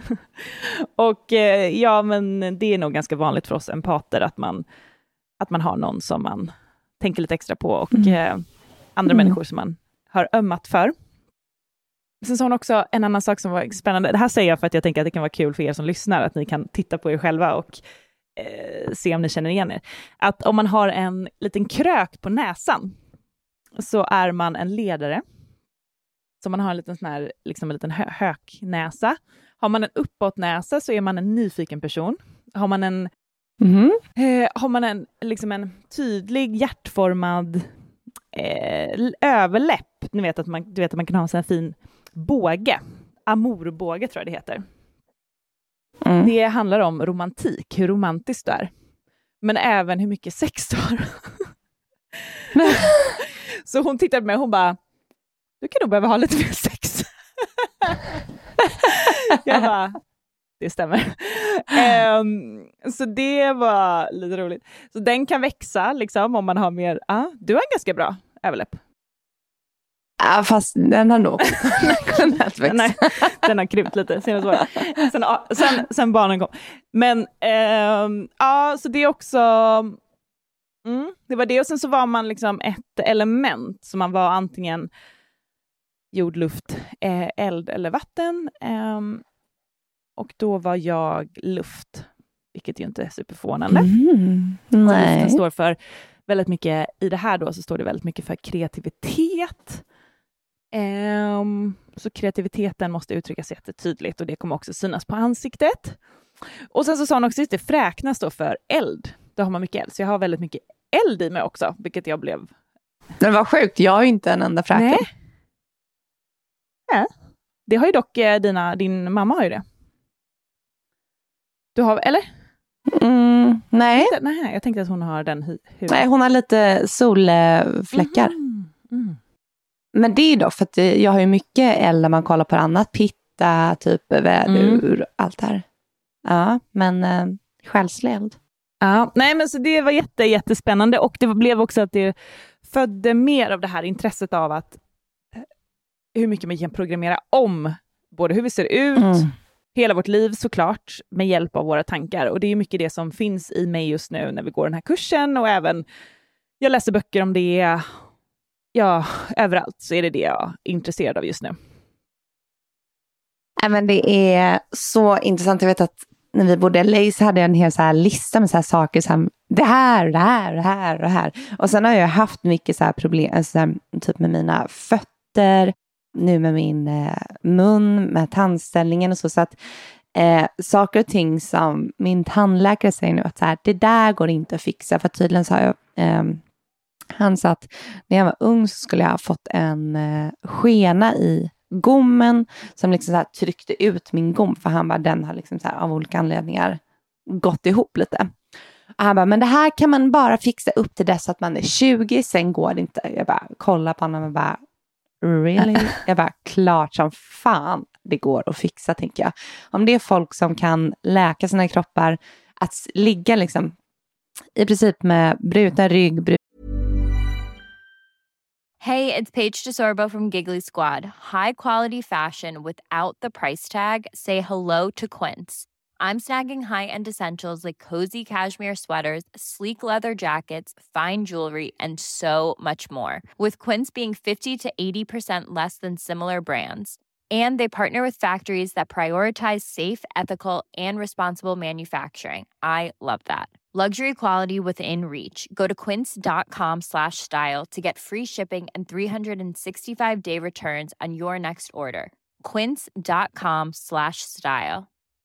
Och eh, ja, men det är nog ganska vanligt för oss empater att man, att man har någon som man tänker lite extra på och mm. eh, andra mm. människor som man har ömmat för. Sen sa hon också en annan sak som var spännande. Det här säger jag för att jag tänker att det kan vara kul för er som lyssnar, att ni kan titta på er själva och se om ni känner igen er. Att om man har en liten krök på näsan så är man en ledare. Så man har en liten sån här, liksom en liten hö- höknäsa. Har man en uppåtnäsa så är man en nyfiken person. Har man en mm. eh, har man en, liksom en tydlig hjärtformad eh, överläpp. Ni vet att man, du vet att man kan ha en sån här fin båge. Amorbåge tror jag det heter. Mm. Det handlar om romantik, hur romantiskt det är. Men även hur mycket sex du har. Så hon tittade på mig och hon bara, du kan nog behöva ha lite mer sex. Jag bara, det stämmer. um, så det var lite roligt. Så den kan växa liksom om man har mer, ja, ah, du har en ganska bra överläpp. Ja, fast den har nog kunnat växa. Nej, den har krypt lite. Sen, sen, sen, sen barnen kom. Men ähm, ja, så det är också mm, det var det. Och sen så var man liksom ett element. Så man var antingen jord, luft, äh, eld eller vatten. Ähm, och då var jag luft. Vilket ju inte är superförvånande. Mm, nej. Luften står för väldigt mycket, i det här då så står det väldigt mycket för kreativitet. Um, så kreativiteten måste uttryckas jättetydligt och det kommer också synas på ansiktet. Och sen så sa hon också att det fräknas då för eld. Då har man mycket eld. Så jag har väldigt mycket eld i mig också, vilket jag blev... Det var sjukt, jag har ju inte en enda fräkning. Nej. Ja. Det har ju dock eh, dina, din mamma har ju det. Du har, eller? Mm, nej. Inte, nej, jag tänkte att hon har den hu- hu- Nej, hon har lite solfläckar. Mm, mm. Men det är då för att jag har ju mycket eld när man kollar på annat. Pitta, typ vädur, mm. allt det här. Ja, men äh, själslig eld. Ja, nej men så det var jätte, jättespännande och det blev också att det födde mer av det här intresset av att hur mycket man kan programmera om både hur vi ser ut, mm. hela vårt liv såklart, med hjälp av våra tankar. Och det är mycket det som finns i mig just nu när vi går den här kursen och även jag läser böcker om det ja, överallt så är det det jag är intresserad av just nu. Ja, men det är så intressant. Jag vet att när vi bodde i L A så hade jag en hel så här lista med så här saker som det här, det här, det här och det här. Och sen har jag haft mycket så här problem så här, typ med mina fötter, nu med min eh, mun, med tandställningen och så. Så att eh, saker och ting som min tandläkare säger nu att så här, det där går inte att fixa. För tydligen så har jag, eh, han sa att när jag var ung så skulle jag ha fått en eh, skena i gommen som liksom så här tryckte ut min gom, för han bara, den har liksom så här av olika anledningar gått ihop lite. Och han bara, men det här kan man bara fixa upp till dess att man är tjugo, sen går det inte. Jag bara kollar på honom och bara, really? Jag bara, klart som fan det går att fixa, tänker jag. Om det är folk som kan läka sina kroppar, att ligga liksom i princip med bruten rygg, bruten Hey, it's Paige DeSorbo from Giggly Squad. High quality fashion without the price tag. Say hello to Quince. I'm snagging high-end essentials like cozy cashmere sweaters, sleek leather jackets, fine jewelry, and so much more. With Quince being fifty to eighty percent less than similar brands. And they partner with factories that prioritize safe, ethical, and responsible manufacturing. I love that. Luxury quality within reach. Go to quince.com slash style to get free shipping and three sixty-five day returns on your next order. Quince.com slash style.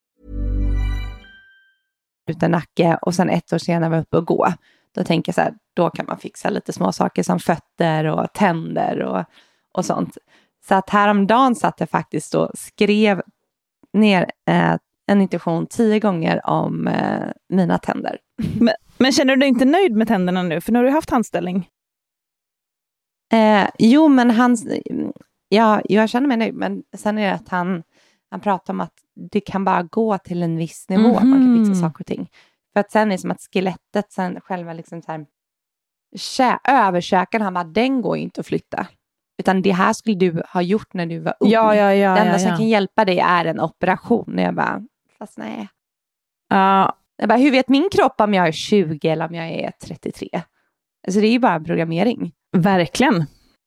utan nacke, och sen ett år senare var uppe och gå. Då tänker jag så här, då kan man fixa lite små saker som fötter och tänder och, och sånt. Så att häromdagen satt jag faktiskt och skrev ner eh, en intention tio gånger om eh, mina tänder. Men, men känner du dig inte nöjd med tänderna nu? För nu har du haft handställning. Eh, jo, men han, ja, jag känner mig nöjd. Men sen är det att han, han pratar om att det kan bara gå till en viss nivå. Mm-hmm. Man kan fixa saker och ting. För att sen är det som att skelettet, sen själva liksom så här, kä, överkäken, han bara, den går inte att flytta. Utan det här skulle du ha gjort när du var ung. Ja, ja, ja, det enda ja, som ja. kan hjälpa dig är en operation. Och jag bara, fast nej. Uh. Jag bara, hur vet min kropp om jag är tjugo eller om jag är trettiotre? Alltså det är ju bara en programmering. Verkligen.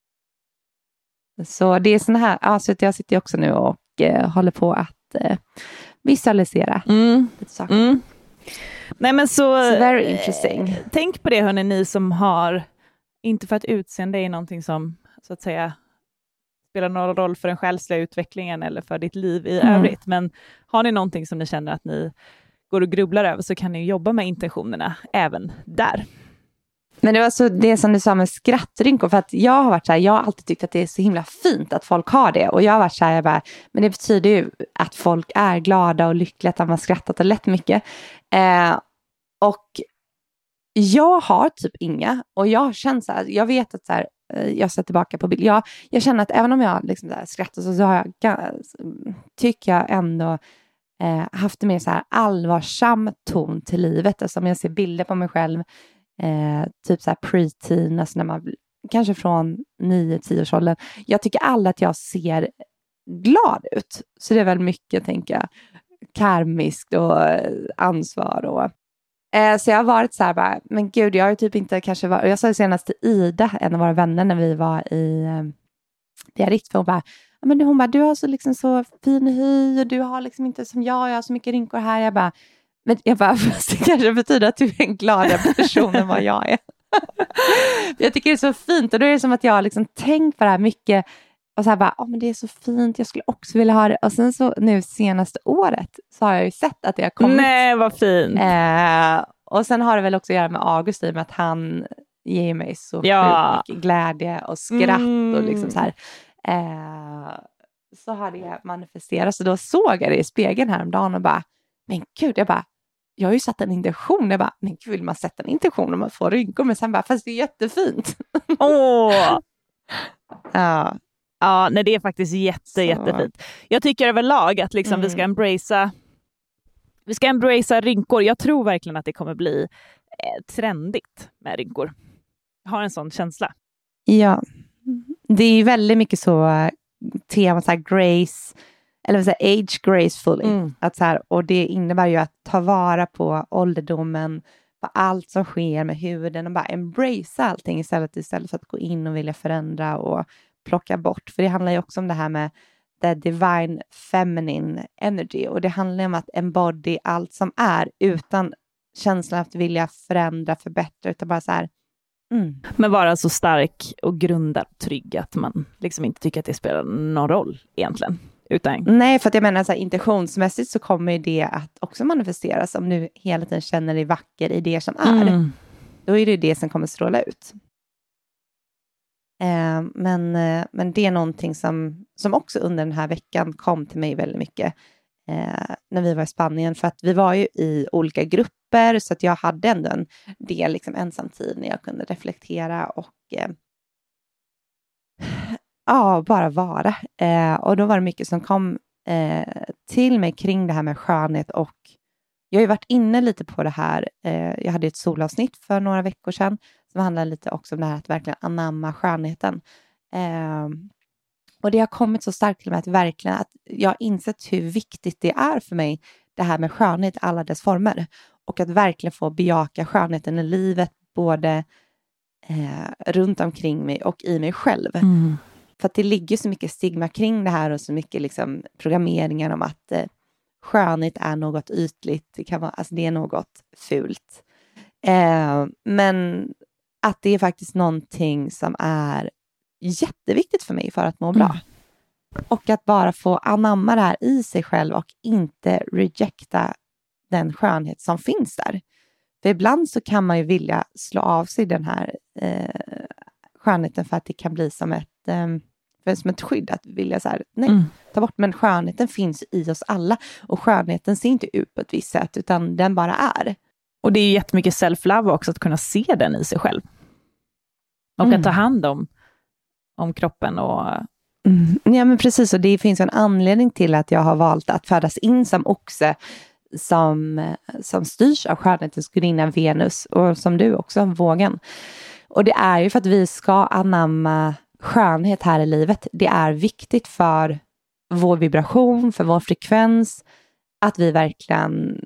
Så det är sån här, ja, så jag sitter också nu och eh, håller på att eh, visualisera mm. lite saker. Mm. Nej, men så, so very interesting. Eh, tänk på det, hörni, ni som har, inte för att utseende är någonting som så att säga spelar någon roll för den själsliga utvecklingen eller för ditt liv i mm. övrigt, men har ni någonting som ni känner att ni går och grubblar över, så kan ni jobba med intentionerna även där. Men det var så det som du sa med skrattrynkor, för att jag har varit så här, jag har alltid tyckt att det är så himla fint att folk har det, och jag har varit så här, jag bara, men det betyder ju att folk är glada och lyckliga, att de har skrattat och lätt mycket. Eh, och jag har typ inga, och jag känner så här, jag vet att så här, jag ser tillbaka på bild, jag, jag känner att även om jag liksom där skrattar, så, så har jag, tycker jag ändå eh, haft en mer så här allvarsam ton till livet. Alltså om jag ser bilder på mig själv, eh, typ så här pre-teen, alltså när man, kanske från nio till tio års åldern, jag tycker alla att jag ser glad ut. Så det är väl mycket, tänker jag, karmiskt och ansvar och eh, så jag har varit så här bara, men gud, jag har ju typ inte kanske varit, jag sa det senast till Ida, en av våra vänner, när vi var i eh, Biarritz, för hon bara, men hon bara, du har så liksom så fin hy och du har liksom inte som jag, jag har så mycket rynkor här. Jag bara, men jag bara, fast det kanske betyder att du är en gladare person än vad jag är. Jag tycker det är så fint, och då är det som att jag har liksom tänkt på det här mycket och så här bara, oh, men det är så fint, jag skulle också vilja ha det. Och sen så nu senaste året så har jag ju sett att det har kommit. Nej, vad fint. Eh, och sen har det väl också att göra med August, i med att han ger mig så ja. mycket glädje och skratt mm. och liksom så här. Eh, så har det manifesterats, och då såg jag det i spegeln häromdagen och bara, men gud, jag bara, jag har ju satt en intention. Jag bara, men gud, vill man sätta en intention om man får rynkor? Men sen bara, fast det är jättefint. Åh! Ja. Ja, nej, det är faktiskt jätte, så. jättefint. Jag tycker överlag att liksom mm. vi ska embracea vi ska embracea rynkor. Jag tror verkligen att det kommer bli eh, trendigt med rynkor. Jag har en sån känsla. Ja, det är ju väldigt mycket så tema så här grace, eller så här age gracefully. Mm. Att så här, och det innebär ju att ta vara på ålderdomen släppa allt som sker med huden och bara embrace allting istället, istället för att gå in och vilja förändra och plocka bort. För det handlar ju också om det här med the divine feminine energy, och det handlar om att embody allt som är utan känslan att vilja förändra, förbättra, utan bara så här. Mm. Men vara så stark och grundad och trygg att man liksom inte tycker att det spelar någon roll egentligen. Utan... Nej, för att jag menar så här, intentionsmässigt så kommer ju det att också manifesteras. Om du hela tiden känner dig vacker i det som är. Mm. Då är det det som kommer stråla ut. Eh, men, eh, men det är någonting som, som också under den här veckan kom till mig väldigt mycket. Eh, när vi var i Spanien. För att vi var ju i olika grupper. Så att jag hade ändå en del liksom, ensamtid när jag kunde reflektera och... Eh, Ja, bara vara. Eh, och då var det mycket som kom eh, till mig kring det här med skönhet. Och jag har ju varit inne lite på det här. Eh, jag hade ett solavsnitt för några veckor sedan. Som handlade lite också om det här att verkligen anamma skönheten. Eh, och det har kommit så starkt till mig att verkligen att jag har insett hur viktigt det är för mig. Det här med skönhet i alla dess former. Och att verkligen få bejaka skönheten i livet. Både eh, runt omkring mig och i mig själv. Mm. För att det ligger så mycket stigma kring det här och så mycket liksom programmeringar om att eh, skönhet är något ytligt. Det kan vara, alltså det är något fult. Eh, men att det är faktiskt någonting som är jätteviktigt för mig för att må bra. Mm. Och att bara få anamma det här i sig själv och inte rejecta den skönhet som finns där. För ibland så kan man ju vilja slå av sig den här eh, skönheten för att det kan bli som ett För som ett skydd att vilja så här, nej, mm. ta bort. Men skönheten finns i oss alla. Och skönheten ser inte ut på ett visst sätt, utan den bara är. Och det är ju jättemycket self-love också, att kunna se den i sig själv. Och mm. att ta hand om, om kroppen. Och... Mm. Ja, men precis. Och det finns en anledning till att jag har valt att födas in som oxe. Som, som styrs av skönhetens gudinna Venus. Och som du också, vågen. Och det är ju för att vi ska anamma skönhet här i livet. Det är viktigt för vår vibration, för vår frekvens, att vi verkligen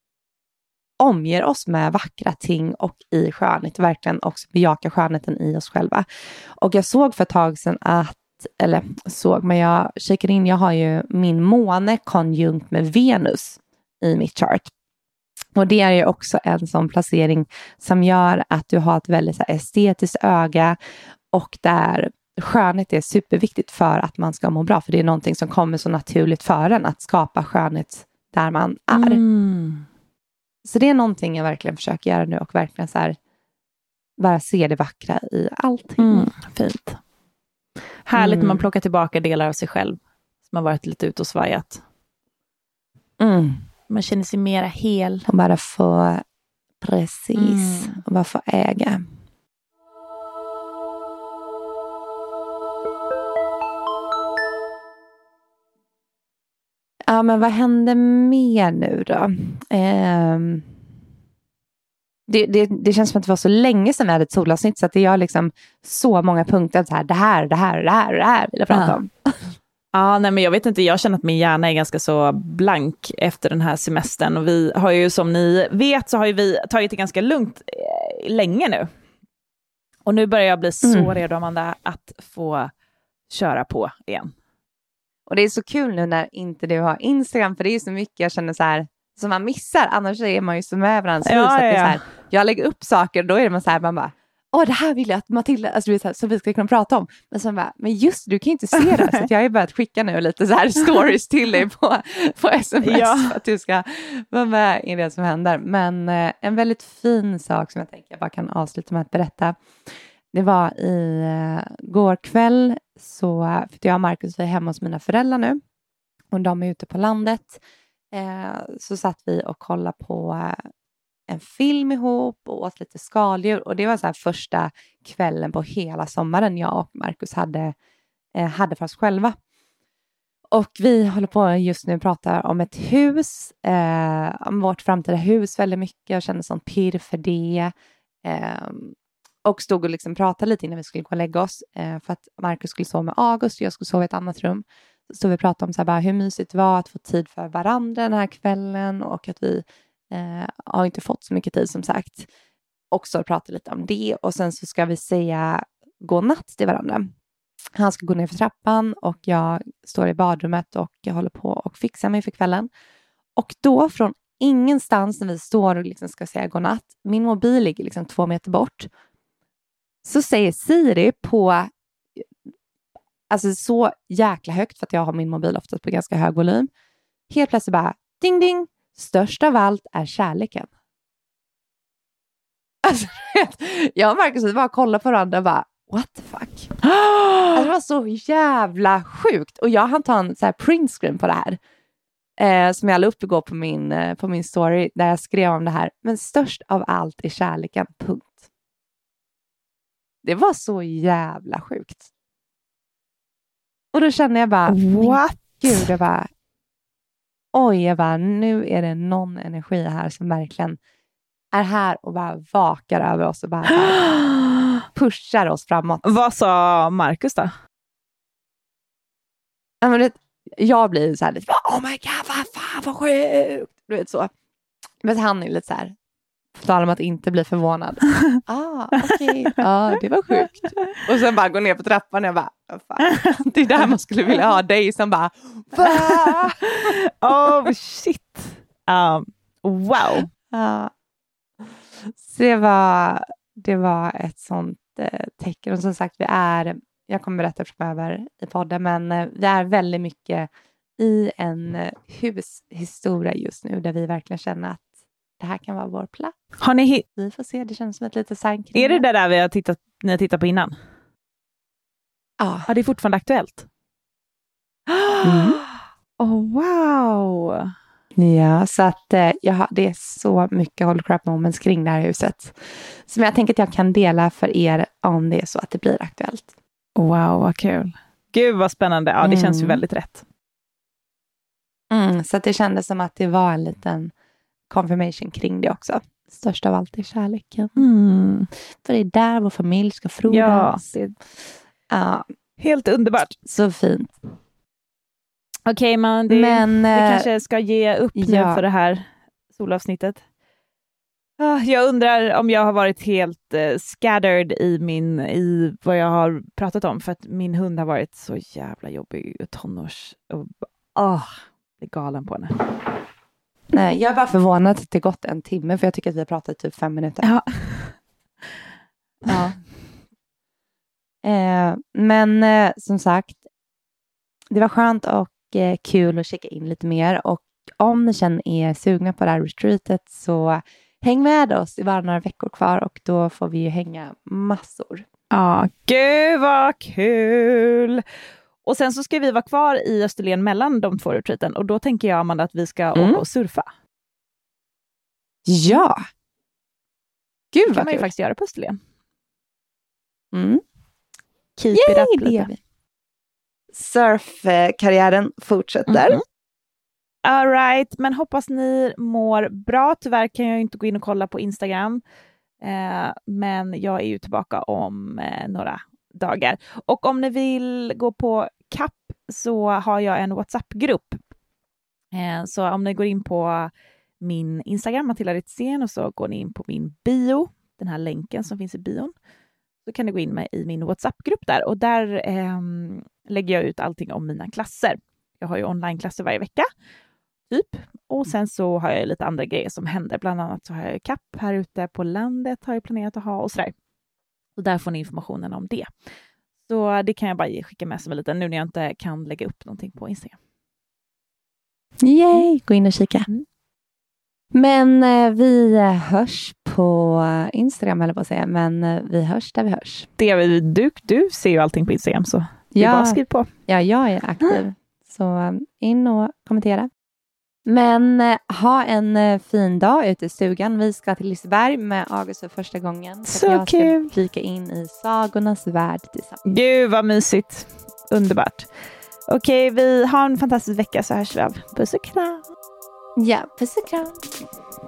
omger oss med vackra ting och i skönhet, verkligen också bejaka skönheten i oss själva. Och jag såg för ett tag sedan att, eller såg, men jag kikade in, jag har ju min måne konjunkt med Venus i mitt chart. Och det är ju också en sån placering som gör att du har ett väldigt så här estetiskt öga, och där skönhet är superviktigt för att man ska må bra. För det är någonting som kommer så naturligt för en att skapa skönhet där man är. Mm. Så det är någonting jag verkligen försöker göra nu och verkligen så här bara se det vackra i allting. Mm, fint. Härligt mm. när man plockar tillbaka delar av sig själv som har varit lite ute och svajat. Mm. Man känner sig mera hel. Och bara få precis. Mm. Och bara få äga. Ja, men vad händer mer nu då? Eh, det, det, det känns som att det var så länge sedan vi hade ett solavsnitt, så att det gör liksom så många punkter. Så här, det här, det här, det här, det här vill jag prata ja. om. Ja, nej, men jag vet inte, jag känner att min hjärna är ganska så blank efter den här semestern. Och vi har ju, som ni vet, så har ju vi tagit det ganska lugnt eh, länge nu. Och nu börjar jag bli så mm. redo, Amanda, att få köra på igen. Och det är så kul nu när inte du har Instagram, för det är så mycket jag känner så här som man missar, annars är man ju så med varandra. Ja, så att ja, det är ja. så här, jag lägger upp saker och då är det man så här, man bara, åh, det här vill jag att Matilda, alltså det är så, här, så vi ska kunna prata om. Men så bara, men just du kan inte se det, så att jag har ju börjat skicka nu lite så här stories till dig på, på sms ja. för att du ska vara med i det som händer. Men eh, en väldigt fin sak som jag tänker jag bara kan avsluta med att berätta. Det var i uh, går kväll, så för jag och Marcus är hemma hos mina föräldrar nu. Och de är ute på landet. Eh, så satt vi och kollade på uh, en film ihop och åt lite skaldjur. Och det var så här första kvällen på hela sommaren jag och Marcus hade, eh, hade för oss själva. Och vi håller på just nu och pratar om ett hus. Eh, om vårt framtida hus väldigt mycket. Jag känner sån pirr för det. Eh, Och stod och liksom pratade lite innan vi skulle gå och lägga oss. Eh, för att Marcus skulle sova med August och jag skulle sova i ett annat rum. Så stod vi och pratade om så här bara, hur mysigt det var att få tid för varandra den här kvällen. Och att vi Eh, har inte fått så mycket tid som sagt. Också prata lite om det. Och sen så ska vi säga godnatt till varandra. Han ska gå ner för trappan och jag står i badrummet och jag håller på och fixar mig för kvällen. Och då från ingenstans när vi står och liksom ska säga godnatt. Min mobil ligger liksom två meter bort. Så säger Siri på, alltså så jäkla högt för att jag har min mobil oftast på ganska hög volym. Helt plötsligt bara, ding ding, störst av allt är kärleken. Alltså, jag och Marcus bara kollar på varandra och bara, what the fuck? Alltså, det var så jävla sjukt. Och jag hann ta en så här print screen på det här. Eh, som jag la upp igår på min, eh, på min story där jag skrev om det här. Men störst av allt är kärleken, punkt. Det var så jävla sjukt. Och då kände jag bara, what? Gud, jag bara, oj, jag bara, nu är det någon energi här som verkligen är här och bara vakar över oss och bara, bara pushar oss framåt. Vad sa Marcus då? Ja, men det, jag blir så här lite, oh my god, vad fan, vad sjukt. Du vet så. Men han är lite så här, på tal om att inte bli förvånad. Ah, okej. Okay. Ja, det var sjukt. Och sen bara gå ner på trappan och jag bara, oh, fan. Det är där man skulle vilja ha dig som bara, va? Oh shit. Um, wow. Ja. Så det var, det var ett sånt eh, tecken. Och som sagt, vi är, jag kommer berätta framöver i podden, men eh, vi är väldigt mycket i en eh, hushistoria just nu där vi verkligen känner att det här kan vara vår plats. Har ni hit- vi får se, det känns som ett litet sign kring Är det det där vi har tittat, ni har tittat på innan? Ja. Ja, det är fortfarande aktuellt. Mm. Oh, wow. Ja, så att eh, jag har, det är så mycket Holy Crap Moments kring det här huset. Som jag tänker att jag kan dela för er om det är så att det blir aktuellt. Wow, vad kul. Gud vad spännande. Ja, det mm. känns ju väldigt rätt. Mm, så att det kändes som att det var en liten confirmation kring det också. Störst av allt är kärleken. Mm. För det är där vår familj ska frodas. Ja, det... ja. Helt underbart. Så fint. Okej, okay, man, det, men vi kanske ska ge upp nu ja. för det här solavsnittet. Jag undrar om jag har varit helt uh, scattered i, min, i vad jag har pratat om. För att min hund har varit så jävla jobbig och tonårs. Och, oh, jag är galen på henne. Nej, jag är bara förvånad att det gått en timme. För jag tycker att vi har pratat typ fem minuter. Ja. ja. Eh, men eh, som sagt. Det var skönt och eh, kul att checka in lite mer. Och om ni känner er sugna på det här retreatet så häng med oss. Det var några veckor kvar och då får vi ju hänga massor. Ja, gud vad kul! Och sen så ska vi vara kvar i Österlen mellan de två retreaten. Och då tänker jag, Amanda, att vi ska mm. åka och surfa. Ja! Gud vad kul! Det kan man ju kul. faktiskt göra på Österlen. Mm. Keep Yay, it up lite. Surfkarriären fortsätter. Mm. All right, men hoppas ni mår bra. Tyvärr kan jag inte gå in och kolla på Instagram. Eh, men jag är ju tillbaka om eh, några dagar. Och om ni vill gå på C A P så har jag en WhatsApp-grupp. Eh, så om ni går in på min Instagram, Matilda Ritzén, och så går ni in på min bio, den här länken som finns i bion, så kan ni gå in med i min WhatsApp-grupp där. Och där eh, lägger jag ut allting om mina klasser. Jag har ju online-klasser varje vecka, typ. Och sen så har jag lite andra grejer som händer. Bland annat så har jag C A P här ute på landet, har jag planerat att ha och sådär. Och där får ni informationen om det. Så det kan jag bara skicka med som en liten, nu när jag inte kan lägga upp någonting på Instagram. Yay! Gå in och kika. Mm. Men eh, vi hörs på Instagram, eller på att säga. Men eh, vi hörs där vi hörs. Det, du, du ser ju allting på Instagram, så det är ja, bara skriv på. Ja, jag är aktiv. Så in och kommentera. Men eh, ha en eh, fin dag ute i stugan. Vi ska till Liseberg med August för första gången. Så, så jag kul. ska dyka in i sagornas värld tillsammans. Gud vad mysigt. Underbart. Okej, vi har en fantastisk vecka, så hörs vi av. Puss och kram. Ja, puss och kram.